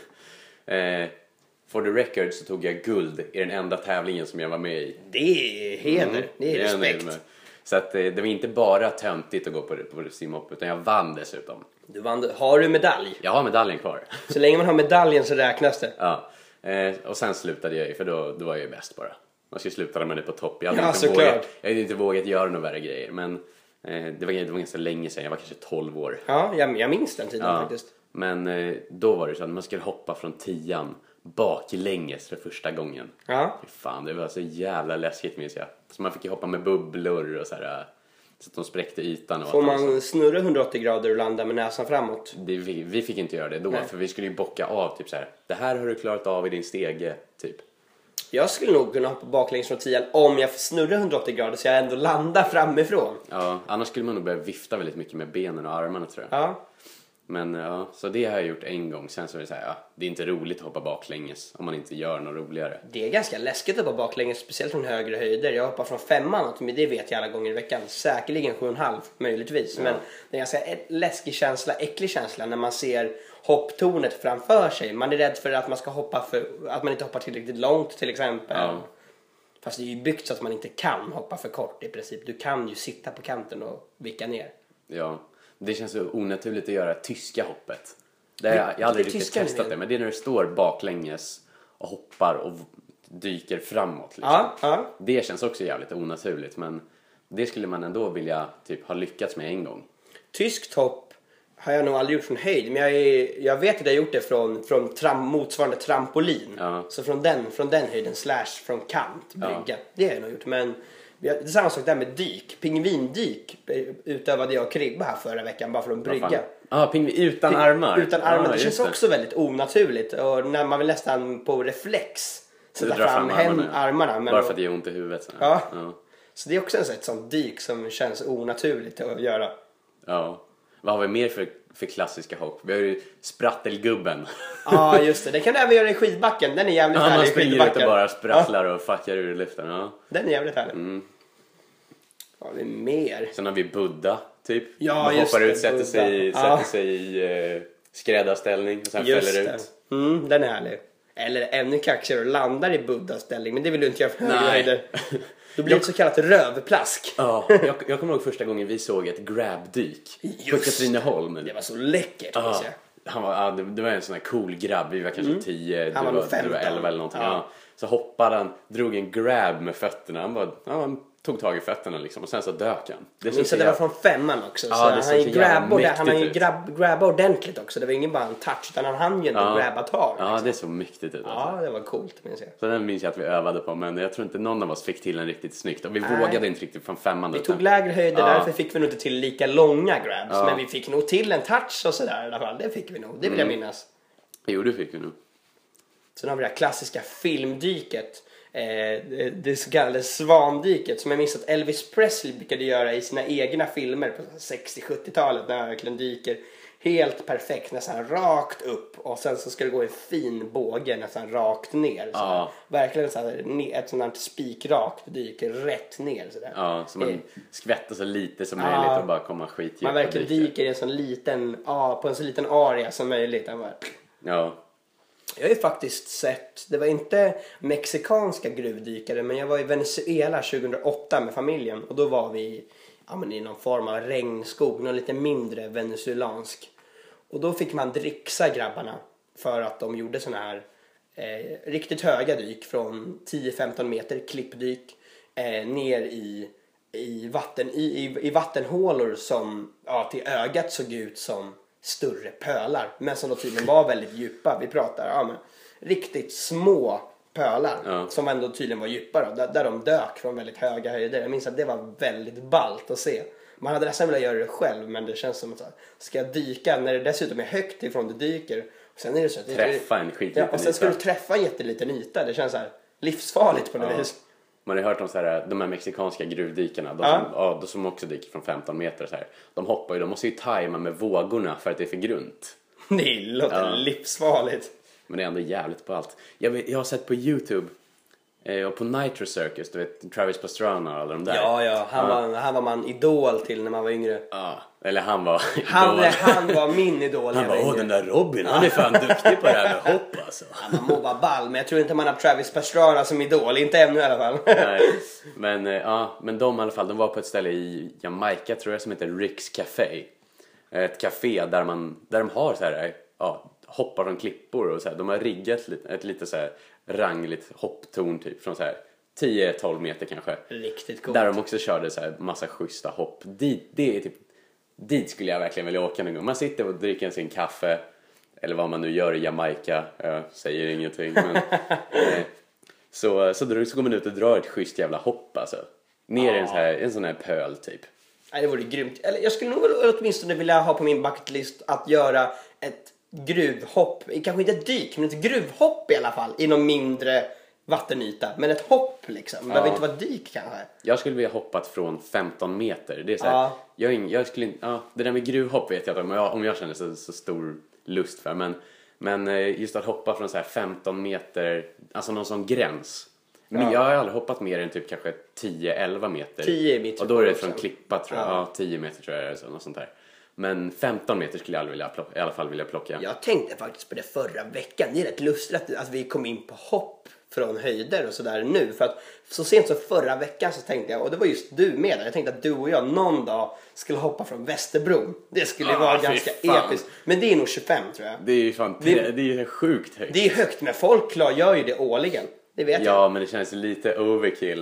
S2: eh, for the record så tog jag guld i den enda tävlingen som jag var med i.
S1: Det är heder, det är
S2: jag nöjd
S1: respekt.
S2: med. Så att, eh, det var inte bara töntigt att gå på, på simhopp utan jag vann dessutom.
S1: Du vann, har du medalj?
S2: Jag har medaljen kvar.
S1: Så länge man har medaljen så räknas det.
S2: Ja. Eh, och sen slutade jag ju för då, då var jag ju bäst bara. Man ska sluta med det på topp. Jag hade,
S1: Ja,
S2: inte,
S1: såklart.
S2: vågat, jag hade inte vågat göra några värre grejer. Men eh, det, var, det var ganska länge sedan. Jag var kanske tolv år.
S1: Ja, jag, jag minns den tiden
S2: Ja.
S1: faktiskt.
S2: Men eh, då var det så att man skulle hoppa från tian baklänges för första gången.
S1: Ja.
S2: Fy fan, det var så jävla läskigt minns jag. Så man fick ju hoppa med bubblor och så här. eh, Så att de spräckte ytan. Och
S1: Får
S2: allt
S1: man snurra hundraåttio grader och landa med näsan framåt?
S2: det, vi, vi fick inte göra det då.
S1: Nej.
S2: För vi skulle ju bocka av typ så här. Det här har du klarat av i din stege, typ.
S1: Jag skulle nog kunna hoppa baklänges från tian om jag får snurra hundraåttio grader så jag ändå landar framifrån.
S2: Ja, annars skulle man nog börja vifta väldigt mycket med benen och armarna tror jag.
S1: Ja.
S2: Men ja, så det har jag gjort en gång. Sen så är det så här, ja, det är inte roligt att hoppa baklänges om man inte gör något roligare.
S1: Det är ganska läskigt att hoppa baklänges, speciellt från högre höjder. Jag hoppar från femman, men det vet jag alla gånger i veckan. Säkerligen sju och en halv, möjligtvis. Men det är en ganska läskig känsla, äcklig känsla när man ser hopptornet framför sig. Man är rädd för att man ska hoppa för, att man inte hoppar tillräckligt långt till exempel.
S2: Ja.
S1: Fast det är ju byggt så att man inte kan hoppa för kort i princip. Du kan ju sitta på kanten och vicka ner.
S2: Ja, det känns så onaturligt att göra tyska hoppet. Det är, jag har aldrig
S1: Vilket
S2: riktigt
S1: tyska
S2: testat
S1: är?
S2: det, men det är när du står baklänges och hoppar och dyker framåt. Liksom.
S1: Ja, ja.
S2: Det känns också jävligt onaturligt, men det skulle man ändå vilja typ ha lyckats med en gång.
S1: Tyskt hopp har jag nog aldrig gjort från höjd. Men jag, är, jag vet att jag har gjort det från, från tram, motsvarande trampolin.
S2: Ja.
S1: Så från den, från den höjden slash från kant, brygga.
S2: Ja.
S1: Det har jag nog gjort. Men det är samma sak där med dyk. Pingvindyk utövade jag och Kribba här förra veckan bara för att brygga.
S2: Ja, ah, pingvin utan armar.
S1: Utan armar.
S2: Ah,
S1: det känns
S2: det.
S1: också väldigt onaturligt. Och när man vill nästan på reflex sätta
S2: drar
S1: fram,
S2: fram
S1: hem
S2: armarna.
S1: armarna. Men
S2: Bara för att det gör ont i huvudet. Så.
S1: Ja.
S2: Ja.
S1: Så det är också ett sånt dyk som känns onaturligt att göra.
S2: Ja. Vad har vi mer för, för klassiska hopp? Vi har ju sprattelgubben.
S1: Ja, just det. Det kan du även göra i skidbacken. Den är jävligt
S2: Ja, man
S1: härlig i
S2: springer ut
S1: skidbacken.
S2: och bara sprattlar och fuckar ur luften. Ja.
S1: Den är jävligt härlig.
S2: Mm.
S1: Vad har vi mer?
S2: Sen har vi Buddha, typ.
S1: Ja,
S2: man
S1: just
S2: hoppar
S1: det,
S2: ut, sätter
S1: Buddha.
S2: sig,
S1: Ja.
S2: sätter sig i eh, skräddarställning och sen
S1: Just
S2: fäller
S1: det.
S2: ut.
S1: Mm, den är härlig. Eller ännu kaxigare och landar i Buddha-ställning. Men det vill du inte göra för höga
S2: Nej.
S1: höjder. Då blir det ett så kallat rövplask.
S2: Ja, jag, jag kommer ihåg första gången vi såg ett grabdyk på
S1: Just
S2: Katrineholm.
S1: Det var så läckert.
S2: Ja,
S1: måste jag.
S2: han var, ja, det, det var en sån här cool grabb. Vi var kanske tio,
S1: Han
S2: du
S1: var
S2: var,
S1: nog
S2: du var
S1: femton.
S2: elva eller någonting.
S1: Ja.
S2: Ja. Så hoppade han, drog en grab med fötterna. Han, bara, ja, han tog tag i fötterna liksom och sen så dök han. Det
S1: Jag minns
S2: så
S1: att det var
S2: jävla-
S1: från femman också.
S2: Ja,
S1: så
S2: det
S1: han
S2: såg
S1: har
S2: så
S1: ju
S2: jävla
S1: grabba, han har ju
S2: mäktigt ut.
S1: grabb, grabba ordentligt också. Det var ingen bara en touch utan han hann ju ändå
S2: Ja.
S1: grabba tag.
S2: Ja,
S1: liksom.
S2: det är så mäktigt ut. Alltså.
S1: Ja, det var coolt minns jag.
S2: Så den minns jag att vi övade på, men jag tror inte någon av oss fick till den riktigt snyggt. Och vi
S1: Nej.
S2: vågade inte riktigt från femman.
S1: Vi
S2: utan-
S1: tog lägre höjder,
S2: Ja.
S1: därför fick vi nog inte till lika långa grabs.
S2: Ja.
S1: Men vi fick nog till en touch och sådär i alla fall. Det fick vi nog, det vill jag
S2: Mm.
S1: minnas.
S2: Jo, det fick vi nog.
S1: Sen har vi det här klassiska filmdyket. Eh, det, det så kallade svandyket som jag minns att Elvis Presley brukade göra i sina egna filmer på sextio-sjuttiotalet när han verkligen dyker helt perfekt, nästan rakt upp och sen så ska det gå en fin båge nästan rakt ner. Så
S2: Ja.
S1: verkligen så här, ne- ett sånt här spikrakt dyker rätt ner. Så där.
S2: Ja, så man
S1: Eh,
S2: skvätter så lite som
S1: Ja.
S2: möjligt och bara komma skitdjupt.
S1: man
S2: och
S1: verkligen
S2: dyker.
S1: dyker i en sån liten, ja, på en så liten area som möjligt. Han bara,
S2: Ja.
S1: jag har ju faktiskt sett, det var inte mexikanska gruvdykare men jag var i Venezuela tjugohundraåtta med familjen och då var vi ja, men i någon form av regnskog, någon lite mindre venezuelansk. Och då fick man dricksa grabbarna för att de gjorde såna här eh, riktigt höga dyk från tio femton meter klippdyk eh, ner i, i, vatten, i, i, i vattenhålor som ja, till ögat såg ut som större pölar men som då tydligen var väldigt djupa. Vi pratar ja, men, riktigt små pölar
S2: Ja.
S1: som ändå tydligen var djupa då, där, där de dök från väldigt höga höjder. Jag minns att det var väldigt ballt att se. Man hade nästan velat göra det själv men det känns som att så här, ska jag dyka när det dessutom är högt ifrån du dyker och sen är det så att
S2: Träffa en skitliten
S1: ja, och sen ska
S2: yta.
S1: du träffa en jätteliten yta. Det känns så här livsfarligt på något
S2: Ja.
S1: vis.
S2: Man har ju hört om så här, de här mexikanska gruvdykarna, de,
S1: Ja.
S2: som, ja, de som också dyker från femton meter så här. De hoppar ju, de måste ju tajma med vågorna för att det är för grunt.
S1: Det låter
S2: Ja.
S1: livsfarligt.
S2: Men det är ändå jävligt ballt. Jag, vet, jag har sett på YouTube eh, och på Nitro Circus, du vet Travis Pastrana och alla de där.
S1: Ja, ja. Han,
S2: Ja.
S1: Var, han var man idol till när man var yngre.
S2: Ja, eller han var
S1: Han,
S2: idol.
S1: han var min idol. när
S2: Han
S1: jag
S2: bara,
S1: var
S2: åh
S1: yngre.
S2: den där Robin, han är fan duktig på det här med hopp alltså.
S1: Man må vara ball, men jag tror inte man har Travis Pastrana som idol. Inte ännu i alla fall.
S2: Nej, men, eh, ja, men de i alla fall, de var på ett ställe i Jamaica tror jag som heter Rick's Café. Ett café där, man, där de har så här, ja, hoppar från klippor och så här. De har riggat lite, ett lite så här rangligt hopptorn typ från så här tio tolv meter kanske.
S1: Riktigt coolt.
S2: Där de också körde så här massa schyssta hopp. Dit, det är typ, dit skulle jag verkligen vilja åka någon gång. Man sitter och dricker sin kaffe eller vad man nu gör i Jamaica. Jag säger ingenting. Men, eh, så, så, drar, så går man ut och drar ett schysst jävla hopp alltså. Ner i en, så här, en sån här pöl typ.
S1: Nej, det vore grymt. Eller jag skulle nog åtminstone vilja ha på min bucketlist att göra ett gruvhopp. Kanske inte ett dyk, men ett gruvhopp i alla fall. I någon mindre vattenyta. Men ett hopp liksom. Det behöver
S2: Ja.
S1: inte vara dyk kanske.
S2: Jag skulle vilja hoppat från femton meter. Det är så här,
S1: Ja.
S2: jag, är ing- jag skulle inte, ja, det där med gruvhopp vet jag inte om jag, om jag känner så, så stor lust för. Men, men eh, just att hoppa från så här femton meter, alltså någon sån gräns. Men
S1: Ja.
S2: jag har aldrig hoppat mer än typ kanske tio elva meter.
S1: tio är mitt
S2: Och då är det
S1: också.
S2: från klippa tror jag.
S1: Ja.
S2: Ja, tio meter tror jag det är så, något sånt där. Men femton meter skulle jag aldrig vilja plocka, i alla fall vilja plocka.
S1: Jag tänkte faktiskt på det förra veckan. Det är rätt lustigt att, att vi kom in på hopp från höjder och sådär nu. För att så sent som förra veckan så tänkte jag, och det var just du med där. Jag tänkte att du och jag någon dag skulle hoppa från Västerbron. Det skulle
S2: Ah,
S1: vara
S2: fy
S1: ganska
S2: fan.
S1: episkt. Men det är nog tjugofem tror jag.
S2: Det är ju fan,
S1: Vi-
S2: det är ju sjukt högt.
S1: Det är högt, men folk klar gör ju det årligen. Det vet jag.
S2: Ja, men det känns lite overkill.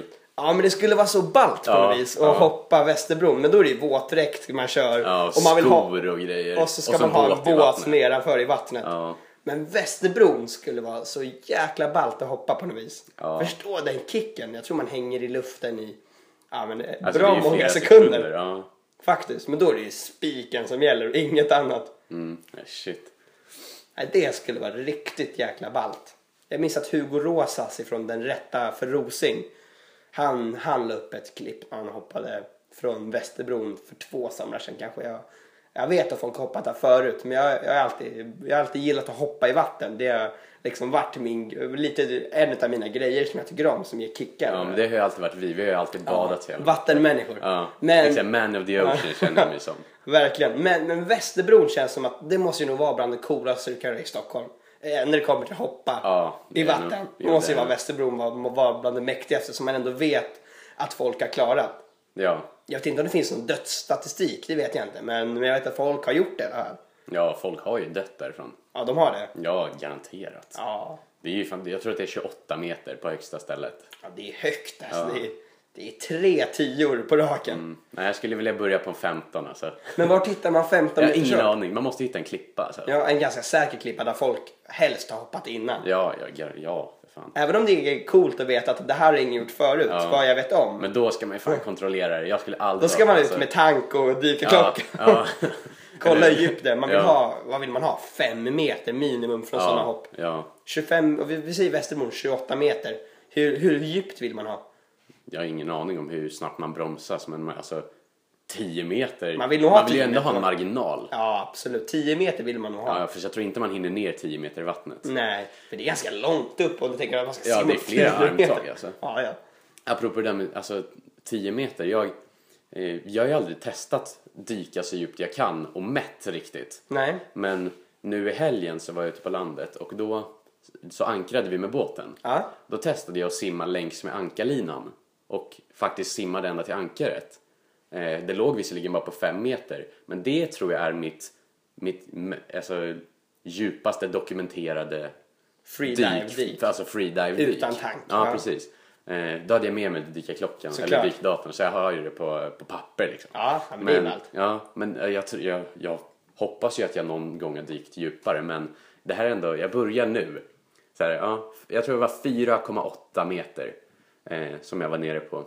S1: Ja, men det skulle vara så ballt på
S2: Ja,
S1: något vis. Och
S2: ja.
S1: hoppa Västerbron. Men då är det ju våtdräkt man kör.
S2: Ja, och
S1: och man vill ha,
S2: skor och grejer.
S1: och så ska
S2: Och så
S1: man ha
S2: båt i
S1: en båt
S2: vattnet.
S1: nedanför i vattnet.
S2: Ja.
S1: Men Västerbron skulle vara så jäkla ballt att hoppa på något vis.
S2: Ja.
S1: Förstå den kicken. Jag tror man hänger i luften i ja, men
S2: Alltså,
S1: bra
S2: det är ju
S1: många
S2: flera
S1: sekunder.
S2: ja.
S1: Faktiskt. Men då är det ju spiken som gäller och inget annat.
S2: Mm. Ja, shit.
S1: Nej, det skulle vara riktigt jäkla ballt. Jag minns att Hugo Rosas ifrån Den rätta för Rosing. Han, han la upp ett klipp när han hoppade från Västerbron för två somrar sedan kanske. Jag, jag vet att folk har hoppat där förut. Men jag, jag, har alltid, jag har alltid gillat att hoppa i vatten. Det har liksom varit min, lite, en av mina grejer som jag tycker om. Som ger kickar.
S2: Ja, men det har ju alltid varit vi. Vi har ju alltid badat ja,
S1: vattenmänniskor.
S2: Ja,
S1: men,
S2: liksom man of the ocean känner jag mig som.
S1: Verkligen. Men, men Västerbron känns som att det måste ju nog vara bland det coolaste du kan göra i Stockholm. Eh, när det kommer till att hoppa
S2: Ja, det
S1: i
S2: är
S1: vatten.
S2: nog-
S1: Det måste ju
S2: det är
S1: vara Västerbron vara, vara bland det mäktigaste som man ändå vet att folk har klarat.
S2: Ja.
S1: Jag vet inte om det finns någon dödsstatistik, det vet jag inte. Men jag vet att folk har gjort det här.
S2: Ja, folk har ju dött därifrån.
S1: Ja, de har det.
S2: Ja, garanterat.
S1: Ja,
S2: Det är ju fan, jag tror att det är tjugoåtta meter på högsta stället.
S1: ja det är högt alltså.
S2: Ja.
S1: Det, är, det är tre tior på raken.
S2: Mm. Nej, jag skulle vilja börja på en femton alltså.
S1: Men var tittar man femton
S2: Jag har
S1: meter
S2: ingen
S1: så?
S2: aning, man måste hitta en klippa alltså.
S1: Ja, en ganska säker klippa där folk helst har hoppat innan.
S2: Ja, ja, ja, ja för fan.
S1: Även om det är coolt att veta att det här har ingen gjort förut,
S2: Ja.
S1: vad jag vet om.
S2: Men då ska man ju fan kontrollera det. Jag skulle aldrig...
S1: Då ska man ut
S2: alltså-
S1: med tank och
S2: Ja,
S1: dykarklocka.
S2: ja.
S1: Kolla hur djupt det är. Man vill
S2: Ja.
S1: ha, vad vill man ha? Fem meter minimum från sådana
S2: Ja,
S1: hopp.
S2: ja.
S1: tjugofem, och vi, vi säger Västerbron tjugoåtta meter. Hur, hur djupt vill man ha?
S2: Jag har ingen aning om hur snabbt man bromsas, men man- alltså tio meter.
S1: Man vill nog ha
S2: man vill ju
S1: tio
S2: ändå ha en
S1: meter.
S2: marginal.
S1: Ja, absolut. tio meter vill man nog ha.
S2: Ja, för jag tror inte man hinner ner tio meter i vattnet.
S1: Nej, för det är ganska långt upp och du tänker att man ska
S2: Ja,
S1: simma
S2: det är flera
S1: tio meter.
S2: armtag, alltså.
S1: Ja, ja.
S2: Apropå det där med alltså, tio meter. Jag, eh, jag har ju aldrig testat dyka så djupt jag kan och mätt riktigt.
S1: Nej.
S2: Men nu i helgen så var jag ute på landet och då så ankrade vi med båten.
S1: Ja.
S2: Då testade jag att simma längs med ankarlinan och faktiskt simmade ända till ankaret. Eh, det låg visserligen bara på fem meter, men det tror jag är mitt, mitt m- alltså, djupaste dokumenterade
S1: Freedive dyk.
S2: Alltså freedive dyk.
S1: Utan tank,
S2: Ja,
S1: ja.
S2: precis. Eh, då hade jag med mig dykarklockan
S1: Såklart.
S2: eller dykdatorn, så jag har ju det på, på papper liksom.
S1: Ja, men det är
S2: Men,
S1: allt.
S2: ja, men eh, jag, tror- jag, jag hoppas ju att jag någon gång har dykt djupare, men det här är ändå, jag börjar nu. Så här, ja, jag tror det var fyra komma åtta meter eh, som jag var nere på.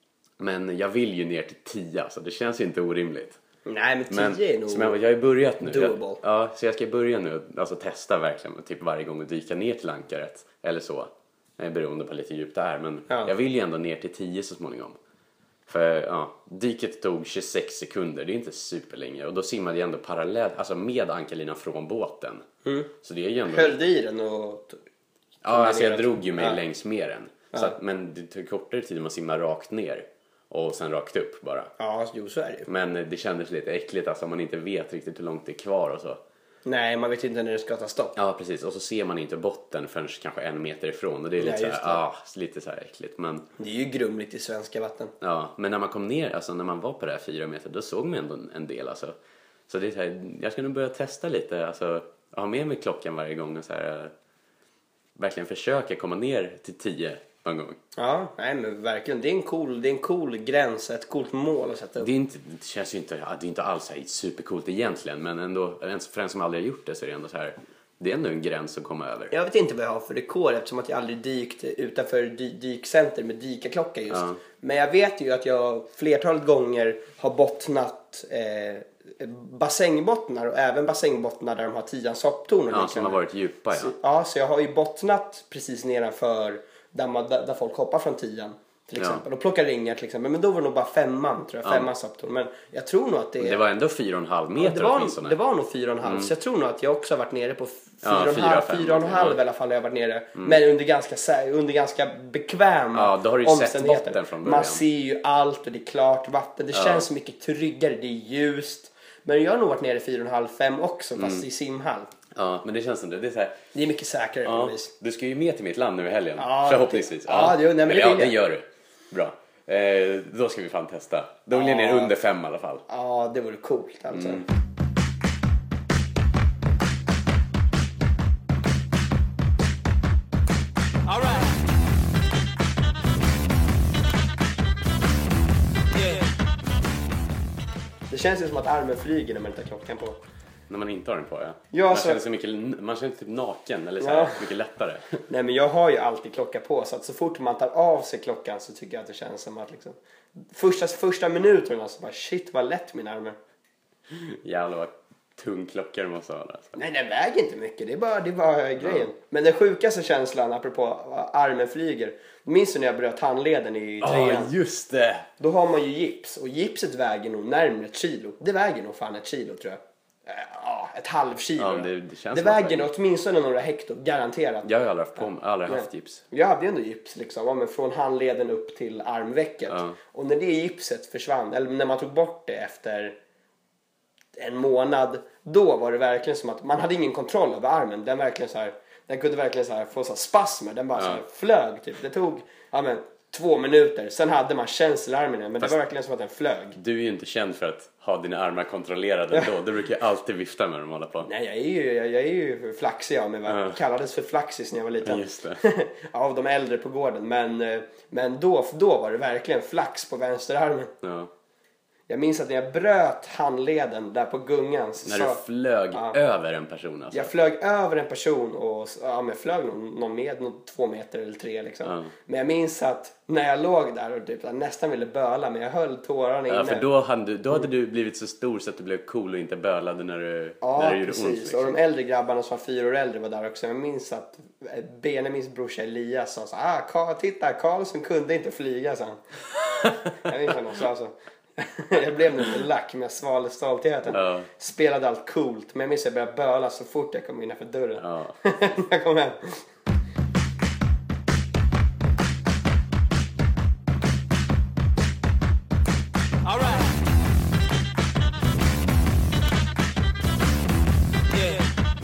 S2: Men jag vill ju ner till tio, så det känns ju inte orimligt.
S1: Nej, men tio
S2: Men
S1: är nog...
S2: som jag, jag har ju börjat nu.
S1: doable.
S2: Jag, ja, så jag ska börja nu, alltså testa verkligen typ varje gång och dyka ner till ankaret eller så. Eh, beroende på lite djupt det är, men
S1: Ja.
S2: jag vill ju ändå ner till tio så småningom. För ja, dyket tog tjugosex sekunder, det är inte superlänge. Och då simmade jag ändå parallellt, alltså med ankarlinan från båten.
S1: Mm.
S2: Så det är ju ändå...
S1: Höll du i den och...
S2: Ja, alltså jag
S1: kombinerat?
S2: drog ju mig
S1: Ja.
S2: längs med den. Så att, men det tog kortare tid om man simmar rakt ner. Och sen rakt upp bara.
S1: Ja, jo så är det ju.
S2: Men eh, det kändes lite äckligt alltså, om man inte vet riktigt hur långt det är kvar och så.
S1: Nej, man vet inte när det ska ta stopp.
S2: Ja, precis. Och så ser man inte botten förrän kanske en meter ifrån. Och det är lite,
S1: Nej,
S2: så här,
S1: just det.
S2: ah, lite så här äckligt. Men,
S1: Det är ju grumligt i svenska vatten.
S2: ja, men när man kom ner, alltså när man var på det här fyra meter, då såg man ändå en- en del alltså. Så det är så här, jag ska nog börja testa lite. Alltså, ha med mig klockan varje gång och så här, eh, verkligen försöka komma ner till tio någon gång.
S1: Ja, nej men verkligen. Det är en cool, det är en cool gräns, ett coolt mål att sätta upp.
S2: Det, är inte, det känns ju inte, ja, det är inte alls så här supercoolt egentligen, men ändå, ens för en som aldrig har gjort det så är det ändå så här, det är ändå en gräns att komma över.
S1: Jag vet inte vad jag har för rekord eftersom att jag aldrig dykt utanför dy- dykcenter med dykarklocka just.
S2: Ja.
S1: Men jag vet ju att jag flertalet gånger har bottnat eh, bassängbottnar och även bassängbottnar där de har tians hopptorn och
S2: Ja, som
S1: liknande.
S2: har varit djupa, ja.
S1: Så, ja, så jag har ju bottnat precis nedanför där, man, där, där folk hoppar från tian till
S2: Ja.
S1: exempel. Och plockar ringar till exempel. Men då var det nog bara femman tror jag,
S2: Ja.
S1: femmans hopptorn. Men jag tror nog att det är...
S2: Det var ändå fyra och en halv meter
S1: det, var,
S2: åtminstone.
S1: det var nog fyra och en halv. Så jag tror nog att jag också har varit nere på fyra
S2: Ja,
S1: och en
S2: fyra,
S1: halv,
S2: fem,
S1: fyra och en
S2: ja.
S1: halv i alla fall har jag varit nere. Men under ganska, sä- under ganska bekväma
S2: Ja, då har du ju sett
S1: omständigheter.
S2: botten från början.
S1: Man ser ju allt och det är klart vatten. Det
S2: Ja.
S1: känns så mycket tryggare, det är ljust. Men jag har nog varit nere i fyra och en halv, fem också, fast
S2: Mm.
S1: i simhall.
S2: Ja, men det känns som det. Det är så här,
S1: Det är mycket säkrare på
S2: ja,
S1: något vis.
S2: du ska ju med till mitt land nu i helgen.
S1: Ja,
S2: förhoppningsvis.
S1: det- ja, det- nej, men det
S2: Eller, ja,
S1: vill jag.
S2: det gör du. Bra. Eh, då ska vi fan testa. Då vill jag ner under fem i alla fall.
S1: Ja, det vore coolt alltså.
S2: Mm.
S3: All right.
S1: känns ju som att armen flyger när man inte har klockan på.
S2: När man inte har den på, ja.
S1: Ja,
S2: man
S1: så-
S2: känner sig mycket, man känner sig typ naken eller så här,
S1: Ja.
S2: mycket lättare.
S1: Nej, men jag har ju alltid klocka på, så att så fort man tar av sig klockan så tycker jag att det känns som att liksom första, första minuterna så bara shit vad lätt min arm är.
S2: Jävlar vad tung klocka du måste ha. Alltså.
S1: Nej, den väger inte mycket. Det är bara, det är bara grejen. Men den sjukaste känslan, apropå armen flyger. Minns du när jag bröt handleden i
S2: Ja,
S1: trean?
S2: just det.
S1: Då har man ju gips. Och gipset väger nog närmare ett kilo. Det väger nog fan ett kilo, tror jag. Eh, Ja, ett halv kilo.
S2: Ja,
S1: då.
S2: det- det känns
S1: det
S2: som att
S1: väger
S2: det-
S1: nog åtminstone några hekto, garanterat.
S2: Jag har ju aldrig haft, på, aldrig haft gips.
S1: Jag hade ju ändå gips liksom, ja, men från handleden upp till armvecket.
S2: Ja.
S1: Och när det gipset försvann, eller när man tog bort det efter en månad, då var det verkligen som att man hade ingen kontroll över armen. Den verkligen så här, den kunde verkligen så här få så här spasmer. Den bara
S2: Ja.
S1: så här flög typ. Det tog ja, men, två minuter. Sen hade man känsel i armen igen, men
S2: Fast-
S1: det var verkligen som att den flög.
S2: Du är ju inte känd för att ha dina armar kontrollerade ändå. Du brukar ju alltid vifta med dem och hålla på.
S1: Nej, jag är ju, jag, jag är ju flaxig av mig.
S2: Ja.
S1: Jag kallades för flaxis när jag var liten.
S2: Just det.
S1: Av de äldre på gården. Men, eh, men då, då var det verkligen flax på vänsterarmen.
S2: Ja.
S1: Jag minns att när jag bröt handleden där på gungan så
S2: När
S1: sa-
S2: du flög
S1: Ja.
S2: över en person alltså.
S1: jag flög över en person och ja, men jag flög någon, någon med, någon två meter eller tre liksom.
S2: Ja.
S1: Men jag minns att när jag låg där och typ, jag nästan ville böla, men jag höll tårarna inne.
S2: Ja, för då hade, du, då hade du blivit så stor så att du blev cool och inte bölade när du,
S1: Ja,
S2: när det gjorde
S1: precis.
S2: ont.
S1: Och
S2: Liksom.
S1: de äldre grabbarna som var fyra år äldre var där också. Jag minns att Benjamins brorsa Elias sa så ah, Karl, titta, Karlsson kunde inte flyga, sa han. Jag minns att de sa så. Jag blev lite lack, men jag svalde stoltheten.
S2: Ja.
S1: Spelade allt coolt, men jag minns att jag började böla så fort jag kom innanför dörren.
S2: Ja.
S1: Jag kom hem.
S3: All right. Yeah.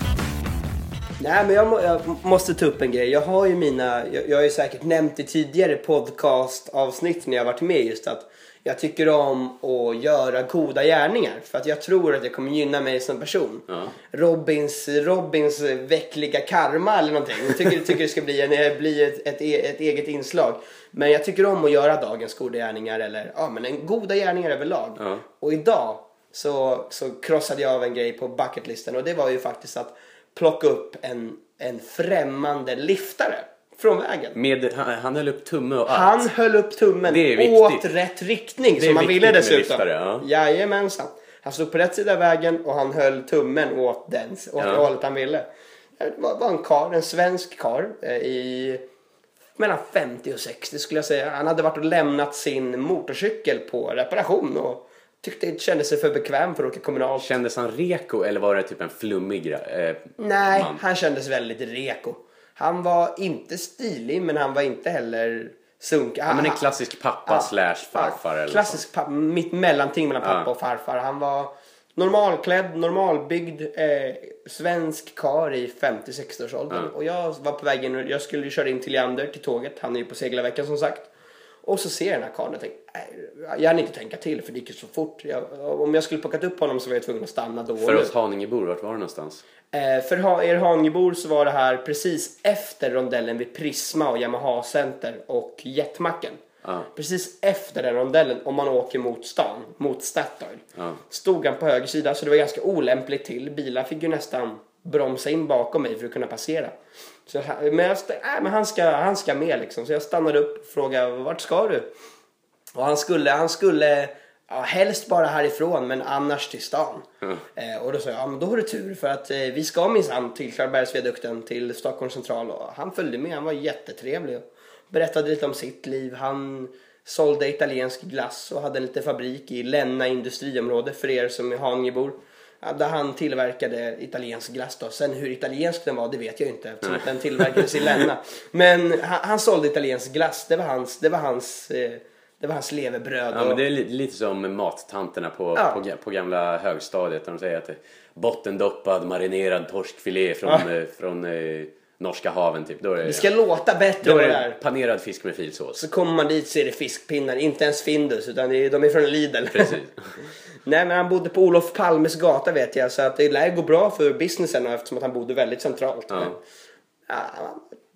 S1: Nej, men jag, må, jag måste ta upp en grej. Jag har ju mina, jag, jag har ju säkert nämnt i tidigare podcastavsnitt när jag varit med, just att jag tycker om att göra goda gärningar. För att jag tror att det kommer gynna mig som person.
S2: Ja.
S1: Robins, Robins veckliga karma eller någonting. Jag tycker, tycker det ska bli, en, bli ett, ett, ett eget inslag. Men jag tycker om att göra dagens goda gärningar. Eller ja, men en goda gärningar överlag.
S2: Ja.
S1: Och idag så, så krossade jag av en grej på bucketlisten. Och det var ju faktiskt att plocka upp en, en främmande liftare från vägen.
S2: Med, han, han höll upp tumme och allt.
S1: Han höll upp tummen
S2: Det är
S1: åt
S2: viktigt.
S1: rätt riktning,
S2: Det är
S1: som man ville
S2: viktigt med
S1: dessutom.
S2: liftare, ja.
S1: Jajamensan. Han stod på rätt sida av vägen och han höll tummen åt den, åt
S2: Ja.
S1: det hållet han ville. Det var, var en kar, en svensk kar eh, i mellan femtio och sextio skulle jag säga. Han hade varit och lämnat sin motorcykel på reparation och tyckte inte kände sig för bekväm för att åka kommunalt.
S2: Kändes han reko eller var det typ en flummig gra- eh,
S1: Nej,
S2: man?
S1: han kändes väldigt reko. Han var inte stilig, men han var inte heller sunk.
S2: Ja, men en klassisk pappa
S1: Ja.
S2: slash farfar eller
S1: Klassisk pappa, mitt mellanting mellan pappa
S2: Ja.
S1: och farfar. Han var normalklädd, normalbyggd, eh, svensk kar i femtio-sextio års åldern.
S2: Ja.
S1: Och jag var på väg in och jag skulle köra in till Leander till tåget. Han är ju på seglarveckan som sagt. Och så ser jag den här karln och tänkte, nej, jag hann inte tänka till för det gick så fort. Jag, om jag skulle plockat upp honom så var jag tvungen att stanna då.
S2: För
S1: och
S2: oss Haningebor, vart var det någonstans?
S1: Eh, för ha- er Haningebor så var det här precis efter rondellen vid Prisma och Yamaha Center och Jetmacken.
S2: Ja.
S1: Precis efter den rondellen om man åker mot stan, mot Statoil.
S2: Ja.
S1: Stod han på höger sida så det var ganska olämpligt till. Bilar fick ju nästan bromsa in bakom mig för att kunna passera. Så, jag- men, jag, st- äh, men han, ska, han ska med liksom. Så jag stannade upp och frågade, vart ska du? Och han skulle, han skulle ja, helst bara härifrån men annars till stan.
S2: Mm.
S1: Eh, och då sa jag, ja men då har du tur för att eh, vi ska minsann till Klarabergsviadukten till Stockholms central. Och han följde med, han var jättetrevlig och berättade lite om sitt liv. Han sålde italiensk glass och hade en liten fabrik i Länna industriområde för er som är Haningebor. Ja, där han tillverkade italiensk glass då. Sen hur italiensk den var, det vet jag inte eftersom den tillverkades i Länna. Men han, han sålde italiensk glass, det var hans, det var hans, eh, det var hans levebröd.
S2: Ja,
S1: och,
S2: men det är li- lite som mattanterna på,
S1: Ja.
S2: på, ga- på gamla högstadiet. Där de säger att det är bottendoppad marinerad torskfilé från, eh, från eh, norska haven typ. Då är det,
S1: det ska låta bättre
S2: då
S1: än
S2: är
S1: det
S2: det
S1: där.
S2: panerad fisk med filsås.
S1: Så kommer man dit så är det fiskpinnar, inte ens Findus utan det är, de är från Lidl.
S2: Precis.
S1: Nej, men han bodde på Olof Palmes gata vet jag, så att det lär gå bra för businessen eftersom att han bodde väldigt centralt.
S2: Ja.
S1: Men, ja,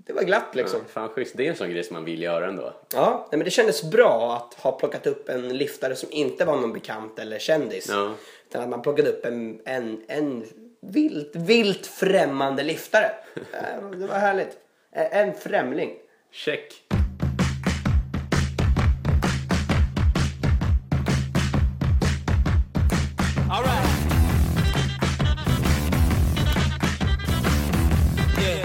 S1: det var glatt liksom.
S2: Ja, fan schysst, det är en sån grej som man vill göra ändå.
S1: Ja, nej, men det kändes bra att ha plockat upp en liftare som inte var någon bekant eller kändis.
S2: Ja.
S1: Utan att man plockade upp en, en, en vilt, vilt främmande liftare. Eh, det var härligt. En, en främling.
S2: Check.
S3: All right. Yeah.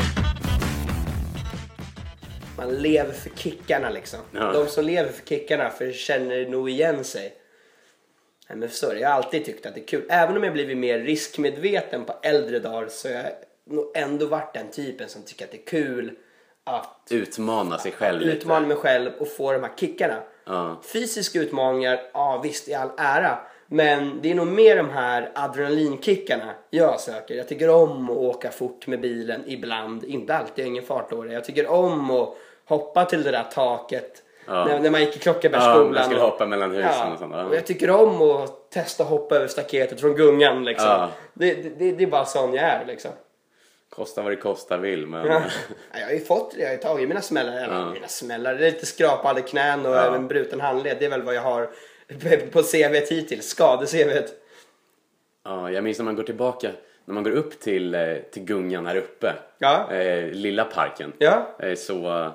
S1: Man lever för kickarna liksom.
S2: Ja.
S1: De som lever för kickarna för känner nog igen sig. Nej, men sorry, jag har alltid tyckt att det är kul. Även om jag blivit mer riskmedveten på äldre dagar så har jag nog ändå varit den typen som tycker att det är kul att
S2: Utmana sig själv lite.
S1: utmana mig själv och få de här kickarna.
S2: Ja.
S1: Fysiska utmaningar, ja visst i all ära. Men det är nog mer de här adrenalinkickarna jag söker. Jag tycker om att åka fort med bilen ibland. Inte alltid, jag har ingen fartåre. Jag tycker om att hoppa till det där taket.
S2: Ja.
S1: När, när man gick i
S2: Ja,
S1: Klockarbergsskolan.
S2: man skulle
S1: och,
S2: hoppa mellan husen
S1: ja,
S2: och sånt. Ja.
S1: och jag tycker om att testa att hoppa över staketet från gungan liksom.
S2: Ja.
S1: Det, det, det är bara sån jag är liksom.
S2: Kosta vad det kosta vill, men...
S1: Ja. Jag har ju fått det, jag har ju tagit mina smällar. Eller
S2: Ja.
S1: mina smällar, det är lite skrapade knän och
S2: Ja.
S1: även bruten handled. Det är väl vad jag har på C V:t hittills, skade-C V:t.
S2: Ja, jag minns när man går tillbaka, när man går upp till, eh, till gungan här uppe.
S1: Ja.
S2: Eh, lilla parken.
S1: Ja.
S2: Eh, så,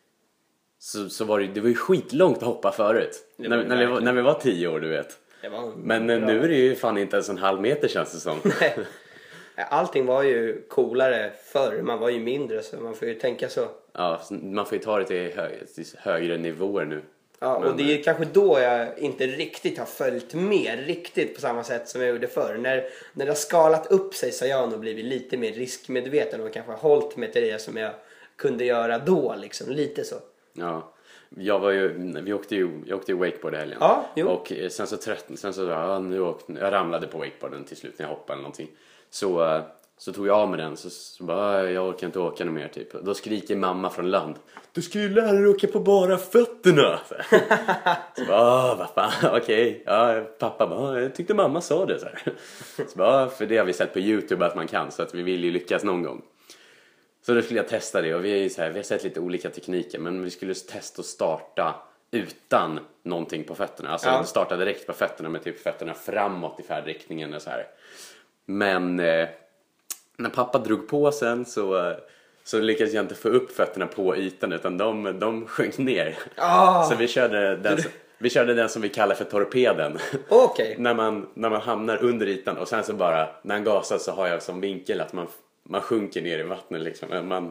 S2: så, så var det, det var ju skitlångt att hoppa förut.
S1: Det var
S2: När,
S1: det
S2: när, vi var,
S1: verkligen.
S2: när vi var tio år, du vet.
S1: Det var
S2: Men eh,
S1: bra.
S2: nu är det ju fan inte ens en halv meter, känns det som.
S1: Nej. Allting var ju coolare förr, man var ju mindre så man får ju tänka så.
S2: Ja, så man får ju ta det till, hö, till högre nivåer nu.
S1: Ja, och
S2: Men,
S1: det är kanske då jag inte riktigt har följt med riktigt på samma sätt som jag gjorde förr. När, när det har skalat upp sig så har jag nog blivit lite mer riskmedveten och kanske har hållit mig till det som jag kunde göra då liksom, lite så.
S2: Ja, jag var ju, vi åkte ju, jag åkte ju wakeboard i helgen.
S1: Ja, jo.
S2: Och eh, sen så tröttnade, sen så, ja, nu åkte, jag ramlade på wakeboarden till slut när jag hoppade eller någonting. Så, eh, så tog jag av med den, så, så bara, jag orkar inte åka något mer typ. Då skriker mamma från land: du ska ju lära dig åka på bara fötterna. Så, så bara, vad fan, okej. Ja, pappa bara, jag tyckte mamma sa det så här. Så bara, för det har vi sett på YouTube att man kan, så att vi vill ju lyckas någon gång. Så då skulle jag testa det, och vi, är så här, vi har sett lite olika tekniker, men vi skulle testa att starta utan någonting på fötterna. Alltså
S1: Ja.
S2: starta direkt på fötterna med typ fötterna framåt i färdriktningen och så här. Men eh, när pappa drog på sen så, så lyckades jag inte få upp fötterna på ytan, utan de, de sjönk ner.
S1: Ah.
S2: Så vi körde den, vi körde den som vi kallar för torpeden.
S1: Okej.
S2: när, man, när man hamnar under ytan och sen så bara, när han gasar så har jag som vinkel att man, man sjunker ner i vattnet liksom. Man,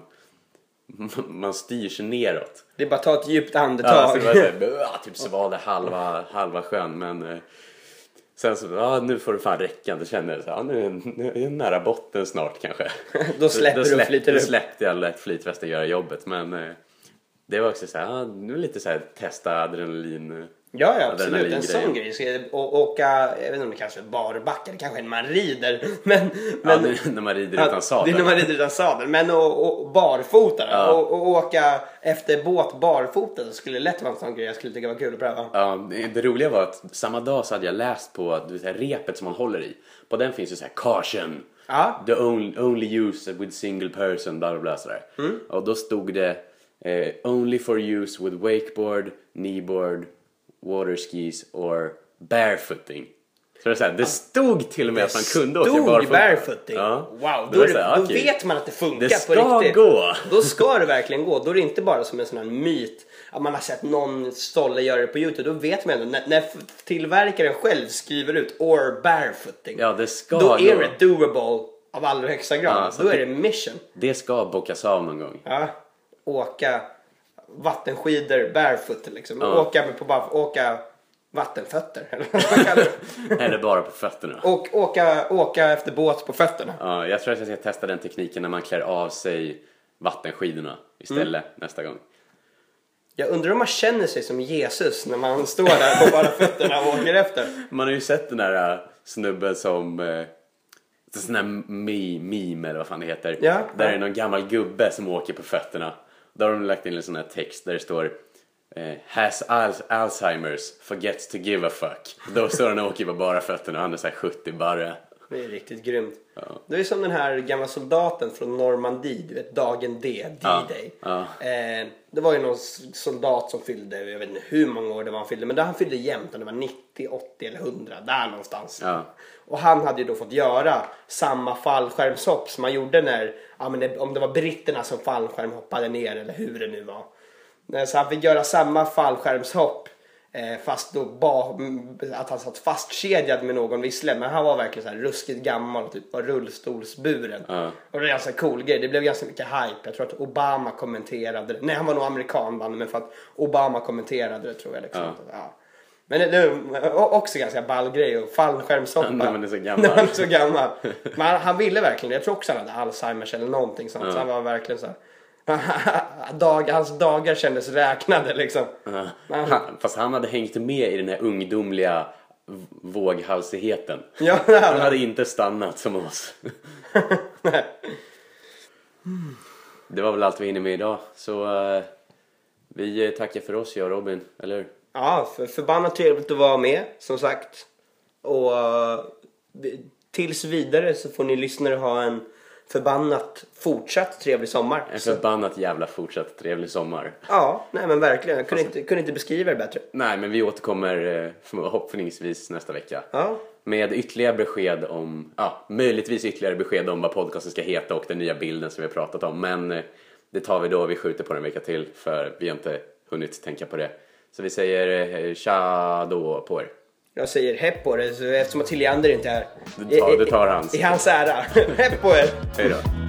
S2: man styr sig neråt.
S1: Det är bara att ta ett djupt
S2: Ja,
S1: andetag.
S2: så det var så här, typ svalde halva, halva sjön, men eh, sen så, ja, nu får det fan räcka. Då kände jag så här, ja, nu, nu är jag nära botten snart kanske.
S1: Då släpper du och flyter
S2: Då
S1: upp.
S2: släppte jag lätt flytvästen göra jobbet, men eh, det var också så här, ja, nu är lite så här testa adrenalin.
S1: Ja, ja, absolut. En
S2: adrenalingrejen.
S1: sån grej. Ska å- åka, jag vet inte om det kanske är barbacka, det kanske är när man rider. Men,
S2: Ja,
S1: men,
S2: det är när man rider
S1: Ja,
S2: utan sadel.
S1: Det är när man rider utan sadel. Men och, och barfota
S2: Ja.
S1: och, och åka efter båt barfota, så skulle det lätt vara en sån grej jag skulle tycka var kul att pröva.
S2: Ja, det, det roliga var att samma dag så hade jag läst på du vet, det här repet som man håller i. På den finns ju så här caution.
S1: Ja.
S2: The only, only use with single person, bla bla bla sådär.
S1: Mm.
S2: Och då stod det eh, only for use with wakeboard, kneeboard, water skis or barefooting. Så det, är så här, det stod till och med att man kunde åka
S1: Stod i
S2: barfota.
S1: barefooting.
S2: Ja.
S1: Wow,
S2: Det
S1: då,
S2: var
S1: är det,
S2: så här,
S1: då
S2: okej.
S1: vet man att det funkar
S2: Det
S1: på
S2: ska
S1: riktigt.
S2: gå.
S1: Då ska det verkligen gå. Då är det inte bara som en sån här myt att man har sett någon stolle göra det på YouTube. Då vet man ändå, när, när tillverkaren själv skriver ut or barefooting,
S2: Ja, det ska
S1: då
S2: gå.
S1: är det doable av allra högsta grad.
S2: Ja, så
S1: då
S2: det-
S1: är det mission.
S2: Det ska bockas av någon gång.
S1: Ja, åka vattenskidor barefoot liksom.
S2: Ja.
S1: Åka med på bara åka vattenfötter eller vad man kallar det.
S2: Eller bara på fötterna.
S1: Och åka, åka efter båt på fötterna.
S2: Ja, jag tror att jag ska testa den tekniken när man klär av sig vattenskidorna istället
S1: Mm.
S2: nästa gång.
S1: Jag undrar om man känner sig som Jesus när man står där på bara fötterna och åker efter.
S2: Man har ju sett den där uh, snubben som uh, sån där me- meme eller vad fan det heter.
S1: Ja,
S2: där
S1: ja.
S2: är någon gammal gubbe som åker på fötterna. Där har de lagt in en sån här text där det står uh, has al- Alzheimers, forgets to give a fuck. Då står han och åker på bara fötterna och han är så här sjuttio barre.
S1: Det är riktigt grymt.
S2: Ja.
S1: Det är som den här gamla soldaten från Normandie, du vet, dagen D, D-Day.
S2: Ja.
S1: Eh, det var ju någon soldat som fyllde, jag vet inte hur många år det var han fyllde, men där han fyllde jämnt, det var nittio, åttio eller hundra, där någonstans.
S2: Ja.
S1: Och han hade ju då fått göra samma fallskärmshopp som man gjorde när, ja, men det, om det var britterna som fallskärmhoppade ner eller hur det nu var. Så han fick göra samma fallskärmshopp. Fast då ba, att han satt fastkedjad med någon visserligen. Men han var verkligen så här ruskigt gammal och typ var rullstolsburen.
S2: Ja.
S1: Och det är ganska cool grej. Det blev ganska mycket hype. Jag tror att Obama kommenterade det. Nej, han var nog amerikan, men för att Obama kommenterade det, tror jag liksom.
S2: Ja.
S1: Ja. Men det är också ganska ball grej. Och fallskärmshoppa.
S2: När man är så gammal.
S1: När man är så gammal. Men han, han ville verkligen. Jag tror också han hade Alzheimers eller någonting sånt.
S2: Ja.
S1: Så han var verkligen så här. Dag, hans dagar kändes räknade liksom.
S2: Ja.
S1: Men-
S2: Han, fast han hade hängt med i den här ungdomliga v- våghalsigheten.
S1: Ja,
S2: Han hade inte stannat som oss. Det var väl allt vi hinner med idag. Så uh, vi tackar för oss, jag och Robin, eller hur?
S1: Ja, för förbannat trevligt att vara med, som sagt. Och uh, tills vidare så får ni lyssnare ha en förbannat fortsatt trevlig sommar.
S2: En
S1: Så,
S2: förbannat jävla fortsatt trevlig sommar.
S1: ja, nej men verkligen. Jag kunde inte, kunde inte beskriva det bättre.
S2: Nej, men vi återkommer eh, förhoppningsvis nästa vecka.
S1: Ja,
S2: Med ytterligare besked om, ja, möjligtvis ytterligare besked om vad podcasten ska heta och den nya bilden som vi har pratat om. Men eh, det tar vi då, vi skjuter på den vecka till för vi har inte hunnit tänka på det. Så vi säger eh, tja då på er.
S1: jag säger hepp på det, så eftersom att Tilliander inte är här.
S2: Du tar- du tar hans.
S1: I, i hans ära. Hepp på er.
S2: Hej då.